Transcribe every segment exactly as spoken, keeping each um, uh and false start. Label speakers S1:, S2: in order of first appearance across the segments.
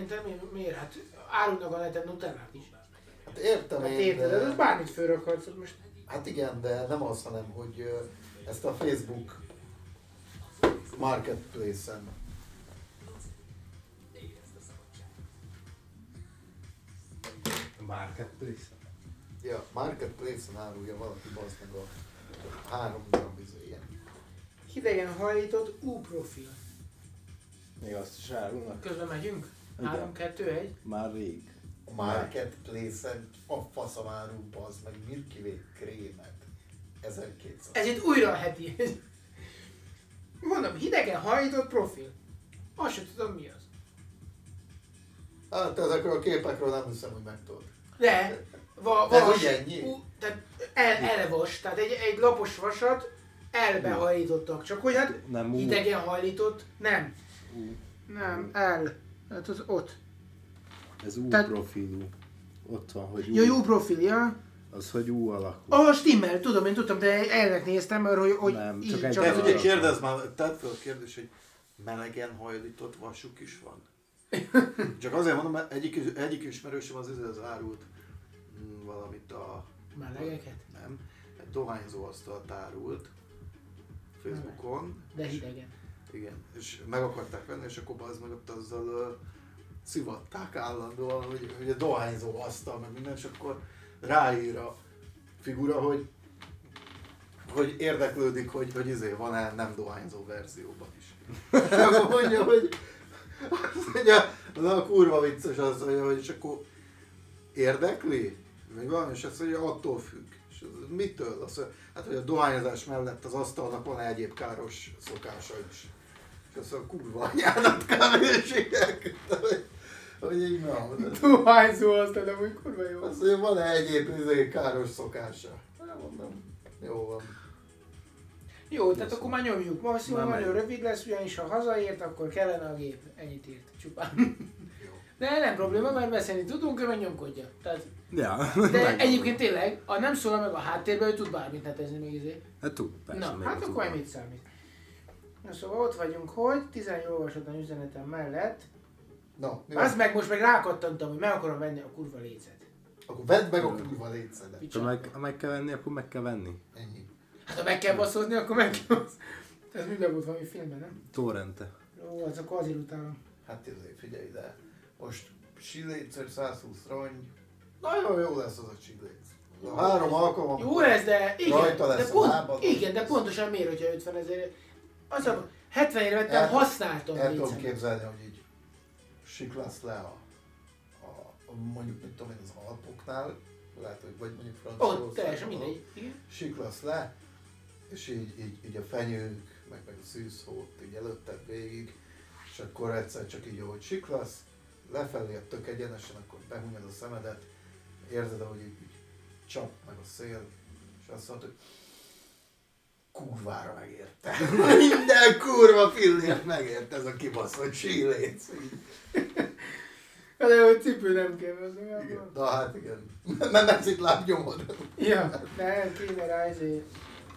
S1: szerintem miért? Hát árulnak a neten nutellát is.
S2: Hát értem
S1: Hát
S2: én,
S1: érted,
S2: de...
S1: ez bármit fölrakhatsz most.
S2: Hát igen, de nem az, hanem hogy ö, ezt a Facebook Marketplace-en
S3: Marketplace.
S2: ja, Marketplace-en árulja valaki, bazd meg a három darab izé ilyen.
S1: Hidegen hajlított U-profil.
S3: Még azt is árulnak?
S1: Közben megyünk?
S3: Igen.
S1: három, kettő, egy.
S3: Már rég.
S2: A Marketplace-en a faszom árul, bazd meg Milky Way krémet. ezerkétszáz.
S1: Ezért újra a heti. Mondom, hidegen hajlított profil. Azt sem tudom mi az.
S2: Hát ezekről a képekről nem hiszem, hogy megtudod.
S1: De, va,
S2: De
S1: vas,
S2: hogy ennyi?
S1: ú, tehát el, elvas, tehát egy, egy lapos vasat elbehajlítottak, csak hogy hát
S3: Nem ú.
S1: hidegen hajlított, nem.
S3: Ú.
S1: Nem, el. Hát az ott.
S3: Ez U
S1: Tehát-
S3: profilú. Ott van, hogy U.
S1: Ja, jó profil, ja.
S3: Az, hogy U alakú.
S1: Ah, stimmel, tudom, én tudtam, de elnek néztem, mert hogy, hogy
S3: Nem,
S1: így
S3: csak egy
S2: Te
S3: darab.
S2: figyelj, kérdezz már, tedd fel a kérdés, hogy melegen hajlított vasuk is van? Csak azért mondom, mert egyik, egyik ismerősöm az az árult mm, valamit a...
S1: Melegeket?
S2: Nem, egy dohányzó asztalt árult Facebookon.
S1: De hidegen.
S2: Igen, és meg akarták venni, és akkor az meg ott azzal uh, szivatták állandóan, hogy, hogy a dohányzó asztal, meg minden, és akkor ráír a figura, hogy hogy érdeklődik, hogy, hogy izé van-e nem dohányzó verzióban is. És akkor mondja, hogy azt mondja, na a kurva vicces az, hogy, hogy és akkor érdekli? Vagy valami, és azt mondja, attól függ. És az, mitől? Azt mondja, hát, hogy a dohányozás mellett az asztalnak van egyéb káros szokása is. És azt mondja, kurva anyádat kávéséget, hogy, hogy így van.
S1: Dohányzó azt adom, hogy kurva jó.
S2: Azt mondja, van-e egyéb izé, káros szokása? Nem mondom, jó van.
S1: Jó, tehát akkor már nyomjuk. Maximum
S3: Már
S1: nagyon
S3: megy.
S1: rövid lesz, ugyanis ha hazaért, akkor kellene a gép. Ennyit írt csupán. De nem probléma, mert beszélni tudunk, ő meg nyomkodja. Tehát,
S3: Ja.
S1: de
S3: Megvan.
S1: egyébként tényleg, ha nem szólal meg a háttérben, ő tud bármit netezni még izé.
S3: Hát tud, persze.
S1: Na,
S3: még
S1: hát
S3: tud.
S1: akkor majd mit számít? Na szóval ott vagyunk, hogy tizenöt olvasatlan üzenetem mellett.
S2: Na, mi
S1: Az
S2: van?
S1: meg most meg rákattantam, hogy meg akarom venni a kurva lécet.
S2: Akkor vedd meg a kurva létszedet.
S3: Ha meg, ha meg kell venni, akkor meg kell venni.
S2: Ennyi.
S1: Hát ha meg kell baszozni, akkor meg kell baszozni. Ez minden volt valami filmben, nem?
S3: Torrente.
S1: Jó, az akkor azért utálom.
S2: Hát azért figyelj ide. Most sílécet százhúsz rony. Nagyon jó lesz az a síléc. A három alkalom.
S1: Jó lesz, de igen,
S2: Rajta lesz
S1: de
S2: a
S1: pont,
S2: lábad.
S1: igen, de pontosan miért, hogyha ötven ezer. Az a hetvenért vettem,
S2: El-
S1: használtam
S2: El tudom
S1: lécemet.
S2: képzelni, hogy így siklasz le a, a, a mondjuk mit tudom én az Alpoknál, lehet, hogy vagy mondjuk Franciaországban.
S1: Ott, teljesen mindegy. Igen.
S2: Siklasz le, és így, így, így a fenyők, meg, meg a szűzhót így előtted végig, és akkor egyszer csak így, ahogy siklasz, lefelé a tök egyenesen, akkor behunyod a szemedet, érzed, ahogy így, így csap meg a szél, és azt mondod, hogy kurvára megérte. Minden kurva pillért megérte ez a kibaszott síléc.
S1: De hogy cipő nem kell hozni.
S2: Igen. Na hát igen. Nem lesz itt lábnyomod.
S1: Ja, nem, kéne rá ezért.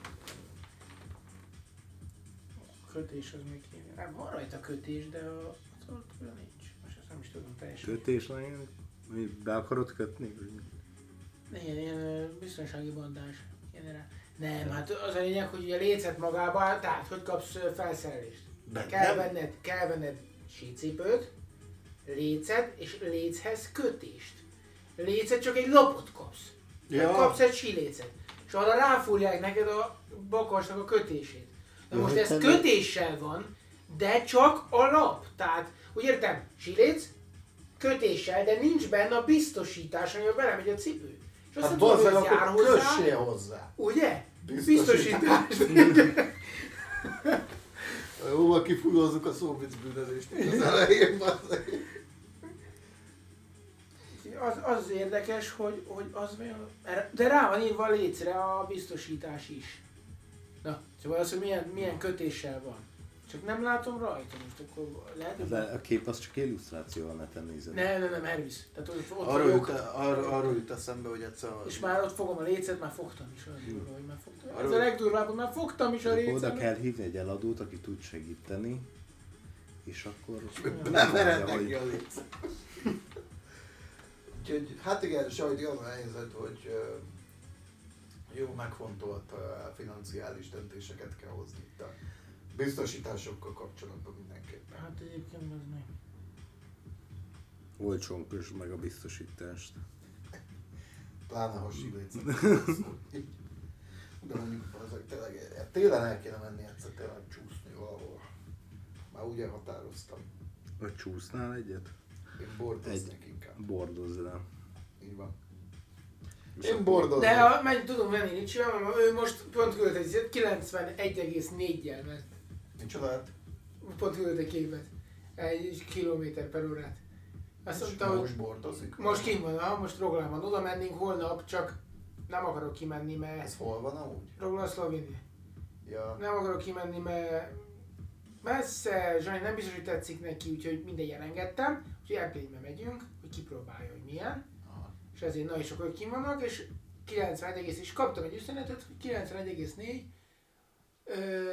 S1: Kötés az még kéne. Nem, van rajta kötés, de a az ott olyan nincs. Most ezt nem is tudom teljesen.
S3: Kötés legyen, mi be akarod kötni?
S1: Igen, ilyen ö, biztonsági bandás kéne rá. Nem, hát az a lényeg, hogy ugye lécet magába, tehát hogy kapsz ö, felszerelést.
S2: De
S1: Kell
S2: nem.
S1: venned, kell venned sícipőt, lécet és léchez kötést. Lécet csak egy lapot kapsz.
S2: Ja.
S1: Ja. Kapsz egy sílécet. És arra ráfúrják neked a bakasnak a kötését. Na
S2: Ja,
S1: most
S2: hogy
S1: ez
S2: te-
S1: kötéssel van, de csak a lap. Tehát, úgy értem, síléc, kötéssel, de nincs benne a biztosítás, amivel belemegy a cipő. És azt
S2: Hát
S1: nem tudom,
S2: bazzeg,
S1: hogy ez jár
S2: akkor
S1: hozzá.
S2: kössél hozzá.
S1: Ugye?
S2: Biztosítás.
S1: Biztosítás.
S2: Jóval kifújozzuk a szóvic bűnözést itt az elején, bazzeg.
S1: Az, az érdekes, hogy, hogy az olyan... De rá van írva a lécre a biztosítás is. Na, szóval az, hogy milyen, milyen kötéssel van. Csak nem látom rajta most, akkor lehet, hogy...
S3: De a kép az csak illusztráció a neten nézed.
S1: Nem, nem, nem, elvisz. Tehát ott, ott
S2: Arról
S1: vagyok,
S2: jut, arról, arról jut eszembe, hogy egyszer...
S1: és már ott fogom a lécet, már fogtam is olyan durva, hogy már fogtam. Ez
S2: Arról-
S1: a legdurvább, hogy már fogtam is a
S3: Akkor oda
S1: lécet.
S3: kell hívni egy eladót, aki tud segíteni, És akkor...
S2: Nem vered
S3: hogy-
S2: neki a léc. Úgyhogy, hát igen, sajt az a helyzet, hogy ö, jó megfontolt ö, financiális döntéseket kell hozni itt a biztosításokkal kapcsolatban mindenképpen.
S1: Hát egyébként az meg.
S3: Olcsón kösd meg a biztosítást.
S2: Pláne ha sílécet. De mondjuk azok tényleg, télen el kéne menni egyszer tényleg csúszni valahol. Már úgy elhatároztam.
S3: Vagy csúsznál egyet?
S2: Én bordoznék inkább.
S3: Bordozz rá.
S2: Így van.
S3: És
S2: Én
S3: akkor-
S2: bordoznék.
S1: De ha meg tudom venni Ricsivel, mert ő most pont küldött egy kilencvenegy egész négyel ment.
S2: Micsoda hát?
S1: Pont küldött egy képet. Egy kilométer per órát. Azt
S2: És
S1: mondta, hogy
S2: most bordozik?
S1: most kint van, ha, most Roglán van, oda mennénk holnap, csak nem akarok kimenni, mert
S2: Ez hol van amúgy?
S1: Roglán Szlovénia.
S2: Ja.
S1: Nem akarok kimenni, mert messze, Zsani nem biztos, hogy tetszik neki, úgyhogy mindegy elengedtem. Úgyhogy Airplane-be megyünk, hogy kipróbálja, hogy milyen.
S2: Aha.
S1: És ezért na és akkor kim vannak, és kilencvenegy egész, és kaptam egy üzenetet, hogy kilencvenegy egész négy, ö,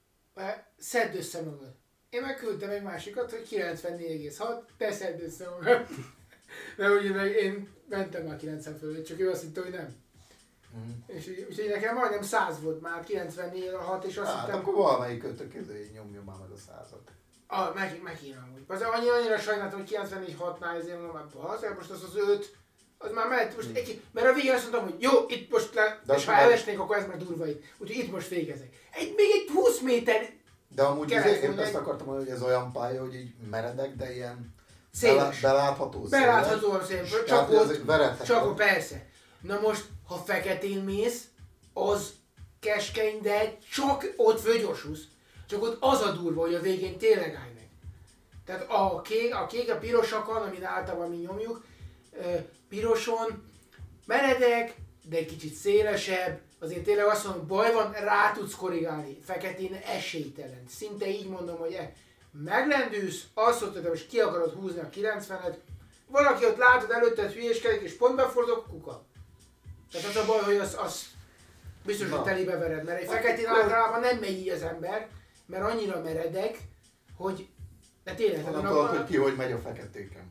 S1: szedd össze magad. Én megküldtem egy másikat, hogy kilencvennégy egész hat, te szedd össze magad. Mert ugye meg én mentem már kilencven fölött, csak ő azt hitte, hogy nem.
S2: Mm.
S1: És úgy- úgyhogy nekem majdnem száz volt már, kilencvennégy hat, és azt
S2: Hát
S1: hittem,
S2: akkor valamelyik kötök izé nyomja már meg a százat.
S1: ah, meg, meg kéne amúgy. Az annyira, annyira sajnáltam, hogy kilencvennégy hatnál ezért mondom, már basz, most az az öt, az már mehet, most egy, mert a végén azt mondtam, hogy jó, itt most le,
S2: De
S1: és ha
S2: akkor-
S1: elesnék, akkor ez már durva itt. Úgyhogy itt most végezek. Egy, még egy húsz méter
S2: De amúgy
S1: Kellett
S2: izé, épp
S1: volna
S2: ezt
S1: egy-
S2: akartam mondani, hogy ez olyan pálya, hogy így meredek, de ilyen
S1: széles.
S2: belá- belátható széles.
S1: Beláthatóan szép, csak
S2: Tehát, hogy az
S1: ott,
S2: egy verethető.
S1: csak ott persze. Na most, ha feketén mész, az keskeny, de csak ott fölgyorsulsz. Csak ott az a durva, hogy a végén tényleg állj meg. Tehát a kék, a kék, a pirosakon, amin általában mi nyomjuk, ö, piroson meredek, de egy kicsit szélesebb, azért tényleg azt mondom, hogy baj van, rá tudsz korrigálni. Feketén esélytelen. Szinte így mondom, hogy e, meglendülsz, azt mondtad, hogy ki akarod húzni a kilencvenet, valaki ott látod előtted hülyéskedik és pont befordul, kuka. Tehát az a baj, hogy az, az biztos, hogy
S2: Na.
S1: telibe vered, mert egy
S2: Akkor-
S1: feketén általában nem megy így az ember, mert annyira meredek, hogy de tényleg,
S2: Nem
S1: tehát
S2: tudod,
S1: a-
S2: hogy ki hogy megy a feketéken.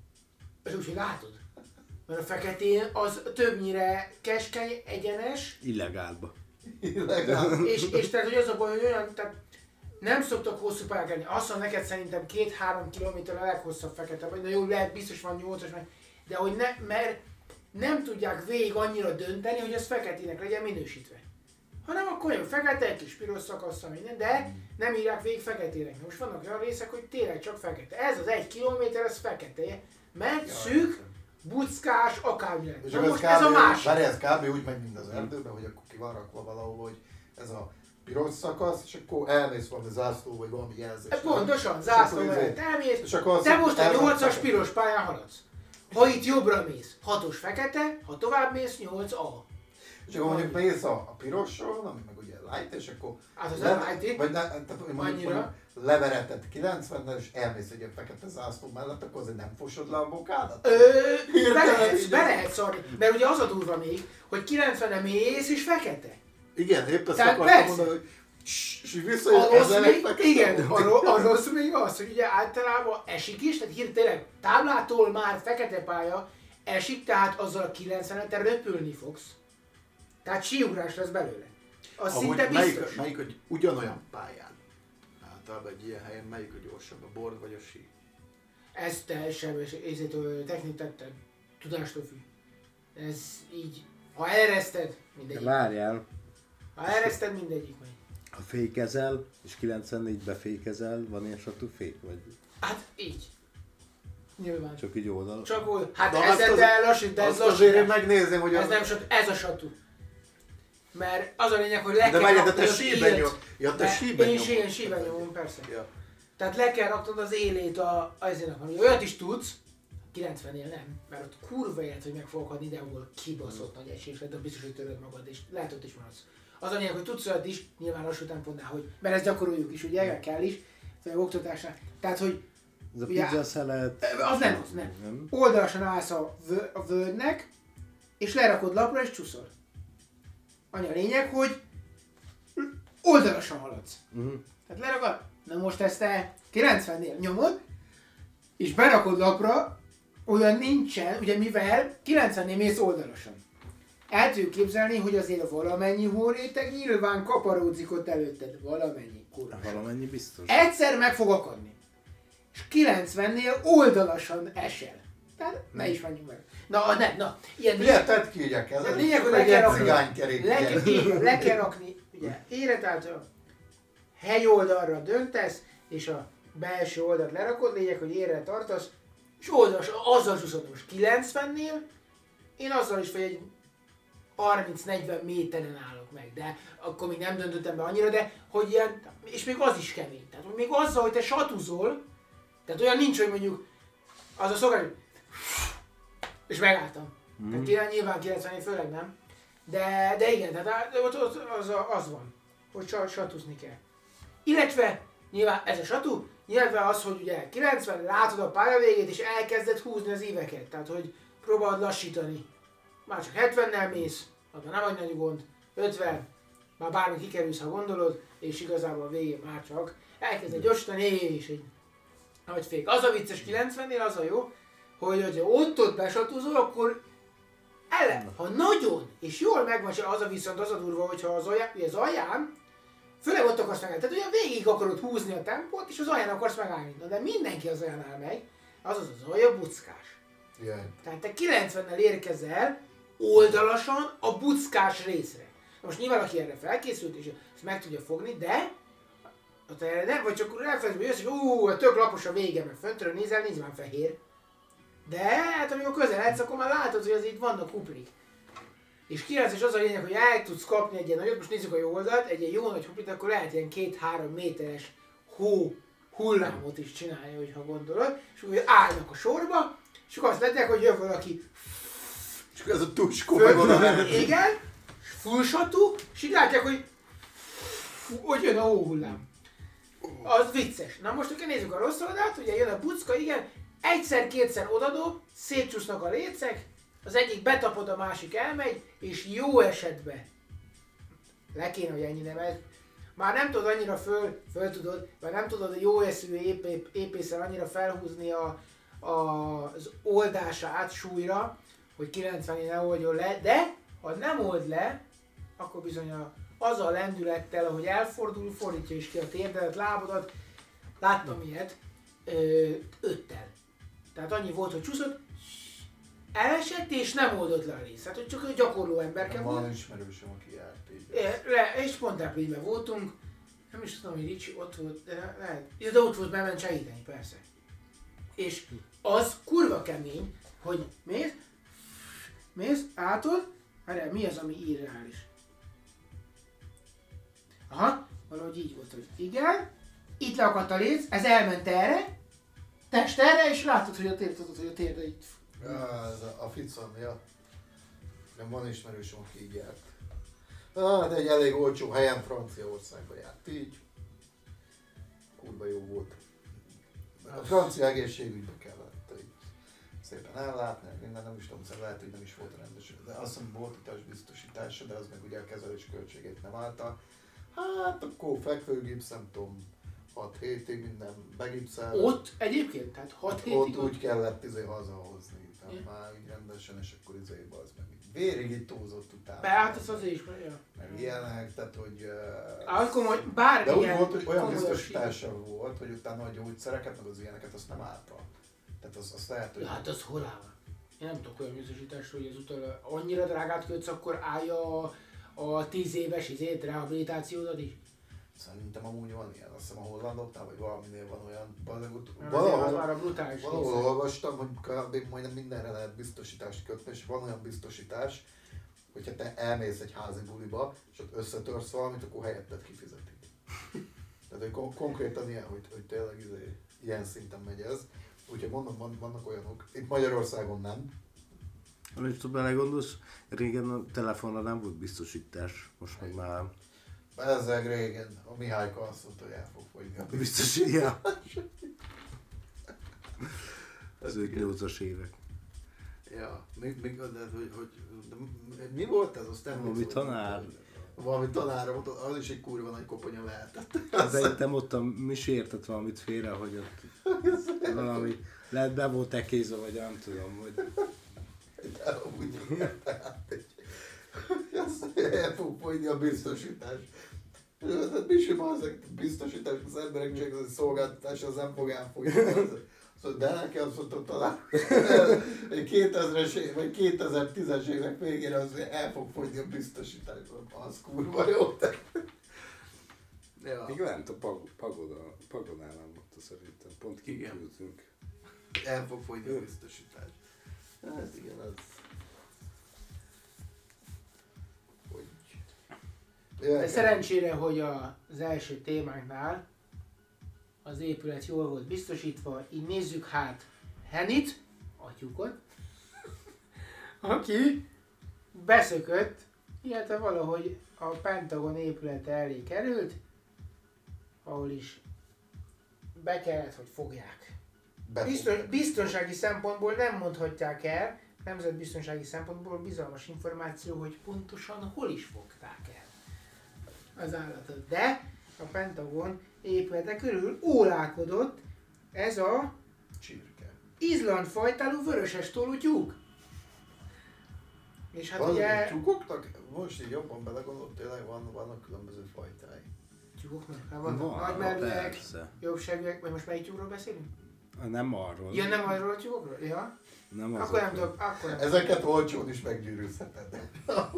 S1: és úgy, hogy látod. Mert a feketén az többnyire keskeny, egyenes,
S3: Illegálba.
S2: Illegális.
S1: és, és tehát, hogy az a baj, hogy olyan, tehát nem szoktak hosszú pályák lenni. Azt mondom, neked szerintem két-három kilométer a leghosszabb fekete, vagy na jó, lehet, biztos van nyolcas, meg- de hogy ne, mert nem tudják végig annyira dönteni, hogy az feketének legyen minősítve. Hanem akkor jó, fekete, egy kis piros szakasza, minden, de nem írják végig feketének. Most vannak olyan részek, hogy tényleg csak fekete. Ez az egy kilométer, ez fekete, mert szűk, buckás, akármi lehet.
S2: És
S1: Na
S2: akkor
S1: most
S2: ez
S1: ez a
S2: kb.
S1: másik.
S2: Várj, ez kb. Úgy megy, mint az erdőben, hogy akkor ki van rakva valahol, hogy ez a piros szakasz, és akkor elmész valami zászló, vagy valami jelzés.
S1: E, Pontosan,
S2: És
S1: zászló
S2: akkor
S1: mellett
S2: izé-
S1: elmész,
S2: és akkor
S1: te
S2: az-
S1: most a
S2: elmegy
S1: nyolcas
S2: fekete.
S1: piros pályán haladsz. Ha itt jobbra mész, hatos fekete, ha tovább mész, nyolc A.
S2: És akkor mondjuk mész a, a pirosról, ami meg ugye light, és akkor
S1: Hát az
S2: le-
S1: nem light,
S2: vagy ne, tehát mondjuk,
S1: Annyira.
S2: mondjuk levereted kilencvennel, és elmész egy ilyen fekete zászló mellett, akkor azért nem fosod le a bokádat?
S1: Ö, be
S2: Hirtelen
S1: lehetsz,
S2: így-
S1: be lehet szarni, mert ugye az a durva még, hogy kilencvenen mész és fekete.
S2: Igen, épp ezt
S1: Tehát
S2: akartam
S1: persze.
S2: mondani, hogy ssss, és
S1: A
S2: visszajön
S1: rossz
S2: ezzel
S1: még,
S2: fekete
S1: igen,
S2: volt.
S1: a, ro- a rossz még az, hogy ugye általában esik is, tehát hirtelen táblától már fekete pálya esik, tehát azzal a kilencvenen te röpülni fogsz. Tehát síugrás lesz belőle. Az
S2: Amúgy
S1: szinte
S2: melyik,
S1: biztos.
S2: melyik, hogy ugyanolyan pályán, általában egy ilyen helyen, melyik a gyorsabb, a bord vagy a sí?
S1: Ez teljesen érzétől technitetted, tudástól függ. Ez így, ha ereszted,
S3: De
S1: mindegyik.
S3: várjál,
S1: Ha ereszted, mindegyik megy.
S3: ha fékezel, és kilencvennégybe fékezel, van ilyen satú fék, vagy
S1: Hát így. Nyilván.
S3: csak így oldal?
S1: Csak úgy, hát
S2: Na,
S1: ez
S2: azt az-
S1: de lassít, de ez
S2: Azt azért én
S1: lassítás.
S2: megnézném, hogy
S1: Ez
S2: a...
S1: nem sat, ez a satú. Mert az a lényeg, hogy le
S2: De
S1: kell
S2: várjál, de
S1: raknod
S2: te
S1: az
S2: síben
S1: élet.
S2: nyom. Ja, te
S1: De
S2: síben
S1: Én
S2: nyomod.
S1: síben, síben nyomom, persze.
S2: Ja.
S1: Tehát le kell raknod az élét a, azért, hogy olyat is tudsz, kilencvennél nem, mert ott kurva élet, hogy meg fogok adni, de ahol kibaszott nagy esés lett, de biztos, hogy töröd magad, és lehet ott is maradsz. Az a lényeg, hogy tudsz olyat is, nyilván lassú tempónál, hogy, mert ezt gyakoroljuk is, ugye, meg kell is, szóval oktatásnál. Tehát, hogy
S3: Ez a
S1: ugye-
S3: pizza szelet...
S1: az nem, az nem.
S3: nem.
S1: Oldalasan állsz a, vö- a völgynek, és lerakod lapra, és csuszol. Annyi a lényeg, hogy oldalasan haladsz.
S3: Uh-huh.
S1: Tehát lerakod, Na most ezt te kilencvennél nyomod, és berakod lapra, olyan nincsen, ugye mivel kilencvennél mész oldalasan. El tudjuk képzelni, hogy azért valamennyi hóréteg nyilván kaparódzik ott előtted. Valamennyi, kurva.
S3: Valamennyi biztos.
S1: Egyszer meg fog akadni. És kilencvennél oldalasan esel. Tehát ne is menjünk meg. Na, nem, na. Ilyen
S2: Ugye, tedd ki így a
S1: a
S2: kezed,
S1: lényeg, hogy le
S2: egy
S1: kell
S2: ilyen
S1: rakni.
S2: cigánykerék.
S1: Le,
S2: ilyen.
S1: kell- le kell rakni, ugye, éretáltal hegy oldalra döntesz, és a belső oldalt lerakod, lényeg, hogy érre tartasz, és oldalas, azzal csúszod. Most kilencvennél, én azzal is, hogy egy harminc-negyven méteren állok meg, de akkor még nem döntöttem be annyira, de hogy ilyen, és még az is kemény. Tehát hogy még azzal, hogy te satuzol, tehát olyan nincs, hogy mondjuk az a szokás, hogy és megálltam. Mm. Tehát ilyen nyilván kilencvennél főleg nem. De, de igen, tehát ott, ott az, az van, hogy satuzni kell. Illetve nyilván ez a satu, illetve az, hogy ugye kilencven látod a pálya végét és elkezded húzni az íveket, tehát hogy próbálod lassítani. Már csak hetvennel mész, abban nem vagy nagy gond, ötven, már bármi kikerülsz, ha gondolod, és igazából a végén már csak elkezded gyorsítani, és egy nagy fék. Az a vicces kilencvennél, az a jó, hogy hogyha ott-ott besatúzol, akkor ellen, ha nagyon és jól megvan, az a viszont az a durva, hogyha az alján, az alján főleg ott akarsz megállni, tehát olyan végig akarod húzni a tempót, és az alján akarsz megállni. Na, de mindenki az aljánál megy, azaz az alja buckás.
S2: Yeah.
S1: Tehát te kilencvennel érkezel oldalasan a buckás részre. Most nyilván aki erre felkészült, és ezt meg tudja fogni, de ha te erre nem, vagy csak elfelejtesz, hogy jössz, hogy ú, tök lapos a vége, meg föntről nézel, nincs már fehér. De hát amikor közeledsz, akkor már látod, hogy az itt vannak huplik. És kilencves az a lényeg, hogy el tudsz kapni egy ilyen nagyot, most nézzük a jó oldalt, egy ilyen jó nagy huplit, akkor lehet ilyen két-három méteres hó hullámot is csinálni, hogyha gondolod. És úgy állnak a sorba, és akkor azt látják, hogy jön valaki.
S2: Csak ez a tuskó meg van a
S1: Igen, full satú, és így látják, hogy hogy jön a hóhullám. Az vicces. Na most akkor nézzük a rossz oldalt, ugye jön a pucka, igen, egyszer-kétszer odadob, szétcsúsznak a lécek, az egyik betapod, a másik elmegy, és jó esetben le kéne, hogy ennyi nem ez. Már nem tudod annyira föl, föl tudod, vagy nem tudod a jó eszű ép, épészel annyira felhúzni a, a, az oldását súlyra, hogy kilencvennél ne oldjon le, de ha nem old le, akkor bizony a, az a lendülettel, ahogy elfordul, fordítja is ki a térdedet, lábodat, láttam ilyet, ö, öttel. Tehát annyi volt, hogy csúszott, elesett és nem oldott le a részt. Hát, hogy csak egy gyakorló emberke volt.
S2: Van ismerősöm, aki járt így.
S1: Le, és pont Templényben voltunk, nem is tudom, hogy Ricsi ott volt, de lehet. Ja, de ott volt, bement segíteni, persze. És az kurva kemény, hogy mész, mész, átod, hát mi az, ami irreális? Aha, valahogy így volt, hogy igen, itt leakadt a léc, ez elment erre, test erre, és látod, hogy a térde, tudod, hogy a térde itt.
S2: Ja, ez a, a ficam miatt. Nem van ismerősöm, aki így járt. Ah, de egy elég olcsó helyen Franciaországban járt így. Kurva jó volt. A francia egészségügybe kellett így szépen ellátni, minden nem is tudom, szóval lehet, hogy nem is volt rendes. De azt hiszem volt utasbiztosítása, de az meg ugye a kezelés költségét nem állta. Hát akkor fekvőgipsz, nem tudom, hat hétig minden begipszel.
S1: Ott egyébként, tehát hat hétig
S2: Ott úgy kellett izé hazahozni, tehát már így rendesen, és akkor izébe az meg így vérig itt tózott utána.
S1: be, hát az azért is, ja.
S2: Meg ilyenek, tehát hogy... Uh,
S1: Hát komoly,
S2: de úgy
S1: bármilyen
S2: volt, hogy olyan
S1: komoly
S2: biztosítása volt, hogy utána a gyógyszereket, meg az ilyeneket azt nem állta. Tehát az, azt lehet, hogy...
S1: Ja, hát az hol áll? Én nem tudok olyan biztosításról, hogy ezúttal annyira drágát kötsz, akkor állja a, a tíz éves izét, rehabilitációdat is.
S2: Szerintem amúgy van ilyen, azt hiszem a hollandoknál, vagy valaminél van olyan, valahol,
S1: Az már a brutális
S2: valahol
S1: része.
S2: olvastam, hogy kb. Majdnem mindenre lehet biztosítást kötni, és van olyan biztosítás, hogyha te elmész egy házi buliba, és ott összetörsz valamit, akkor helyetted kifizetik. Tehát hogy kon- konkrétan ilyen, hogy, hogy tényleg izé, ilyen szinten megy ez. Úgyhogy mondom, van, vannak olyanok. Itt Magyarországon nem.
S3: Amit tu belegondolsz, régen a telefonra nem volt biztosítás, most meg már
S2: Bezzeg régen a Mihályka azt mondta, hogy el fog fogyni a
S3: biztosítja. Az ötnyolcas évek.
S2: Ja, még, még de, hogy, hogy de mi volt ez? Azt
S3: Valami
S2: emlékszem,
S3: tanár.
S2: valami tanára volt, az is egy kurva nagy koponya lehetett.
S3: Szerintem ott a Misi értett valamit félre, hogy ott valami, lehet be volt ekézve, vagy nem tudom, hogy...
S2: De amúgy el fog folyni a biztosítás. Tehát Misi ma az biztosítás, az emberek csak az szolgáltatás, az nem fog elfogyni. Szóval de neki azt mondtam talán, hogy kétezres vagy kétezer-tízes évek végére az el fog fogyni a biztosítás, az kurva jó. Ja.
S3: Még lent a pag- pagoda, pagodánál mondta szerintem, pont kikültünk.
S2: El fog fogyni a biztosítás. Hát igen, az... Hogy...
S1: De szerencsére, hogy az első témánknál az épület jól volt biztosítva, így nézzük hát Henit, atyukot, aki beszökött, illetve valahogy a Pentagon épülete elé került, ahol is be kellett, hogy fogják. Biztos, biztonsági szempontból nem mondhatják el, nemzetbiztonsági szempontból bizalmas információ, hogy pontosan hol is fogták el az állatot. De a Pentagon épülete körül ólálkodott ez a
S2: Csirke.
S1: Izland fajtálú vöröses tollú tyúk. És hát
S2: Van,
S1: ugye...
S2: tyúkoknak, most így jobban belegondolok, tényleg van, vannak különböző fajtái.
S1: Tyúkoknak? Hát vannak
S3: Van,
S1: nagymelőek,
S3: persze.
S1: jobbságűek, vagy most melyik tyúkról beszélünk?
S3: Nem arról.
S1: Ja, nem arról a tyúkokról? Ja.
S3: Nem
S1: Akkor nem
S3: azokról.
S1: tudok, akkor nem.
S2: Ezeket olcsón is meggyűrűzheted.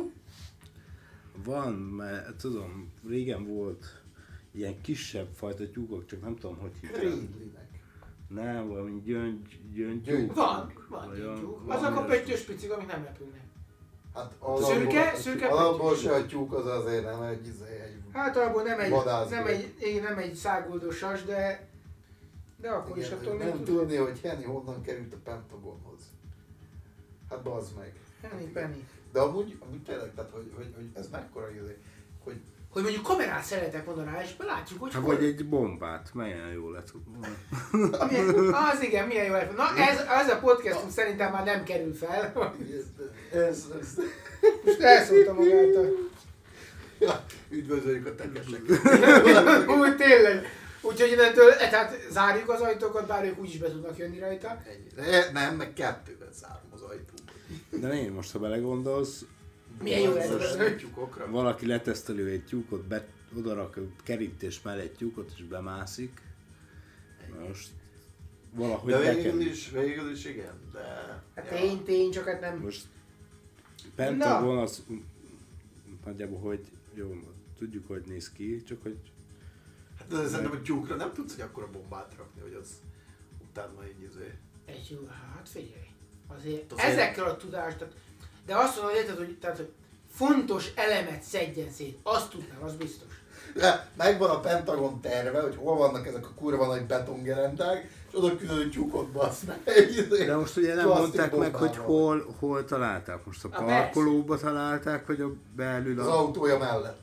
S3: Van, mert tudom, régen volt ilyen kisebb fajta tyúkok, csak nem tudom, hogy hívják.
S2: Ridlinek.
S3: Nem, valami gyöngy, gyöngy
S2: Gyöngy.
S3: tyúk.
S1: Van, van
S3: Vagy
S1: ilyen
S3: olyan-
S1: tyúk.
S3: valami
S1: Azok a
S3: olyasmi.
S1: pöttyös picik, amik nem repülnek.
S2: Hát
S1: Szürke?
S2: alapból,
S1: Szürke
S2: alapból
S1: pöttyös.
S2: se a tyúk az azért nem egy, izé, egy
S1: Hát abból nem egy,
S2: Vadászgép.
S1: nem egy, igen, nem egy száguldosas, de de akkor is
S2: igen,
S1: attól
S2: nem
S1: még tudod.
S2: tudni, hogy Henny honnan került a Pentagonhoz. Hát bazd meg.
S1: Henny Penny.
S2: De amúgy, amúgy tényleg, tehát hogy, hogy, hogy ez mekkora izé, hogy
S1: Hogy mondjuk kamerát szeretek mondani rá, és belátjuk, hogy
S3: Hát
S1: hol.
S3: vagy egy bombát, melyen jó lett.
S1: Milyen, az igen, milyen jó lett. Na ez, ez a podcastunk szerintem már nem kerül fel.
S2: ez, ez, ez,
S1: Most elszóltam magától.
S2: ja, üdvözöljük a tekeseket.
S1: Úgy tényleg. Úgyhogy innentől, e, tehát zárjuk az ajtókat, bár ők úgyis be tudnak jönni rajta.
S2: Ennyi. De nem, meg kettőben zárom az ajtót.
S3: De én most, ha belegondolsz,
S1: Milyen jó
S2: Most
S1: lesz.
S2: nem tyúkokra.
S3: valaki letesztelő egy tyúkot, be, odarak a kerítés mellé egy tyúkot, és bemászik. Na most valahogy
S2: De
S3: be
S2: végül
S3: kell.
S2: is, végül is igen, de...
S1: Hát tény, tény, csak hát nem.
S3: Most Pentagon az nagyjából, hogy jó, tudjuk, hogy néz ki, csak hogy
S2: Hát de szerintem a tyúkra nem tudsz egy akkora bombát rakni, hogy az utána így izé.
S1: Egy jó, hát figyelj. Azért,
S2: Azért-
S1: ezekkel a tudást, de azt mondod, érted, hogy, tehát, hogy fontos elemet szedjen szét, azt tudnám, az biztos.
S2: De megvan a Pentagon terve, hogy hol vannak ezek a kurva nagy betongerendák, és oda küldött tyúkot basz meg.
S3: de most ugye nem
S2: Plastik
S3: mondták meg, hogy
S2: bombával.
S3: hol, hol találták. Most a
S1: A
S3: parkolóba találták, vagy a belül
S2: Az
S3: a...
S2: autója mellett.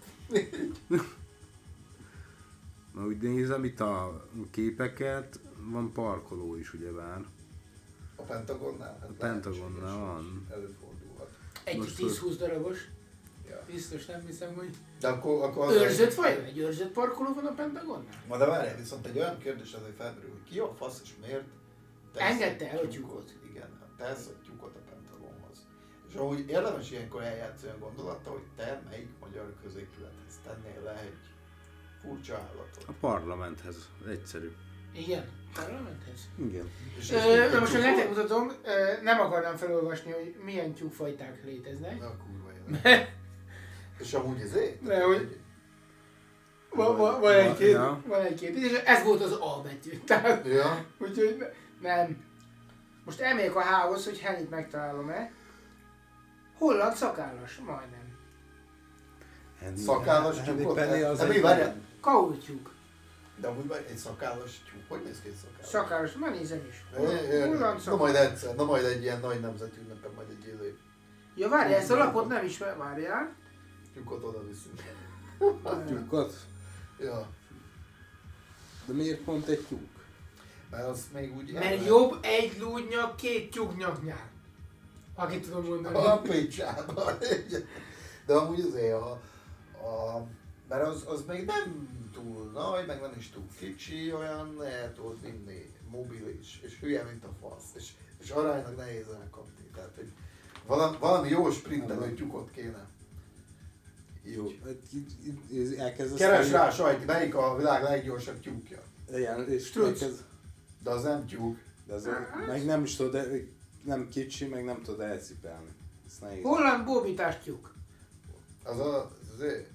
S3: Na, úgy nézem itt a képeket, van parkoló is ugyebár.
S2: A Pentagonnál? Hát
S3: A Pentagonnál
S2: lehetséges,
S3: van.
S2: Előfordulhat.
S1: Egy
S3: Most
S1: tíz-húsz darabos.
S2: Ja.
S1: Biztos nem hiszem, hogy...
S2: De akkor... akkor az
S1: Őrzött vagy? Egy őrzött parkoló van a Pentagonnál?
S2: Ma de várjál, viszont egy olyan kérdés azért felmerül, hogy ki a fasz és miért tesz
S1: Engedte
S2: egy
S1: el a tyúkot.
S2: Igen, tesz a tyúkot a Pentagonhoz. És amúgy érdemes ilyenkor eljátszani a gondolattal, hogy te melyik magyar középülethez tennél le egy furcsa állatot.
S3: A parlamenthez. Egyszerű.
S1: Igen. Parlamenthez?
S3: Igen.
S2: És
S1: Ö,
S2: ezt
S1: Na
S2: a
S1: most, hogy
S2: tyúkot-
S1: nektek mutatom, ö, nem akarnám felolvasni, hogy milyen tyúkfajták léteznek.
S2: Na kurva élet. És amúgy ezért?
S1: De hogy- Van, van, van egy-két,
S3: Ja.
S1: van egy-két, és ez volt az A betű. Tehát,
S2: Ja.
S1: úgyhogy ne- nem. Most elmegyek a H-hoz, hogy Hennyt megtalálom-e. Holland szakállas, majdnem.
S2: Szakállas
S3: Henny
S2: tyúkot?
S3: Penny az
S2: De mi
S3: egy-
S2: várjál?
S1: Kaultyúk.
S2: De amúgy várjál, egy szakállas tyúk, hogy néz ki egy szakállas?
S1: Szakállas, már nézem is.
S2: É, é,
S1: Holland
S2: Na majd
S1: szakállas.
S2: egyszer, na majd egy ilyen nagy nemzeti ünnepen, majd egy élő
S1: Ja, várjál, ezt a lapot nem ismer, várjál.
S2: tyúkot oda viszünk.
S3: Tyúkot?
S2: Ja,
S3: De miért pont egy tyúk?
S2: mert az még úgy...
S1: Mert jobb egy lúdnyak, két tyúknyaknyál. Aki tudom mondani.
S2: A picsába. De amúgy azért a, A, mert az, az még nem túl nagy, meg nem is túl kicsi, olyan lehet ott vinni, mobilis, és hülye, mint a fasz, és, és aránylag nehéz elkapni. Tehát, hogy valami, valami jó sprintelő tyúkot kéne.
S3: Jó, elkezdesz...
S2: Keres rá, Sajti, melyik a világ leggyorsabb tyúkja?
S3: Igen, és
S1: Struc.
S3: elkezd...
S2: De az nem tyúk.
S3: De az, meg nem is tudod, nem kicsi, meg nem tudod elcipelni. Ez nehéz.
S1: Holland bóbitás tyúk.
S2: Az a... Az ő.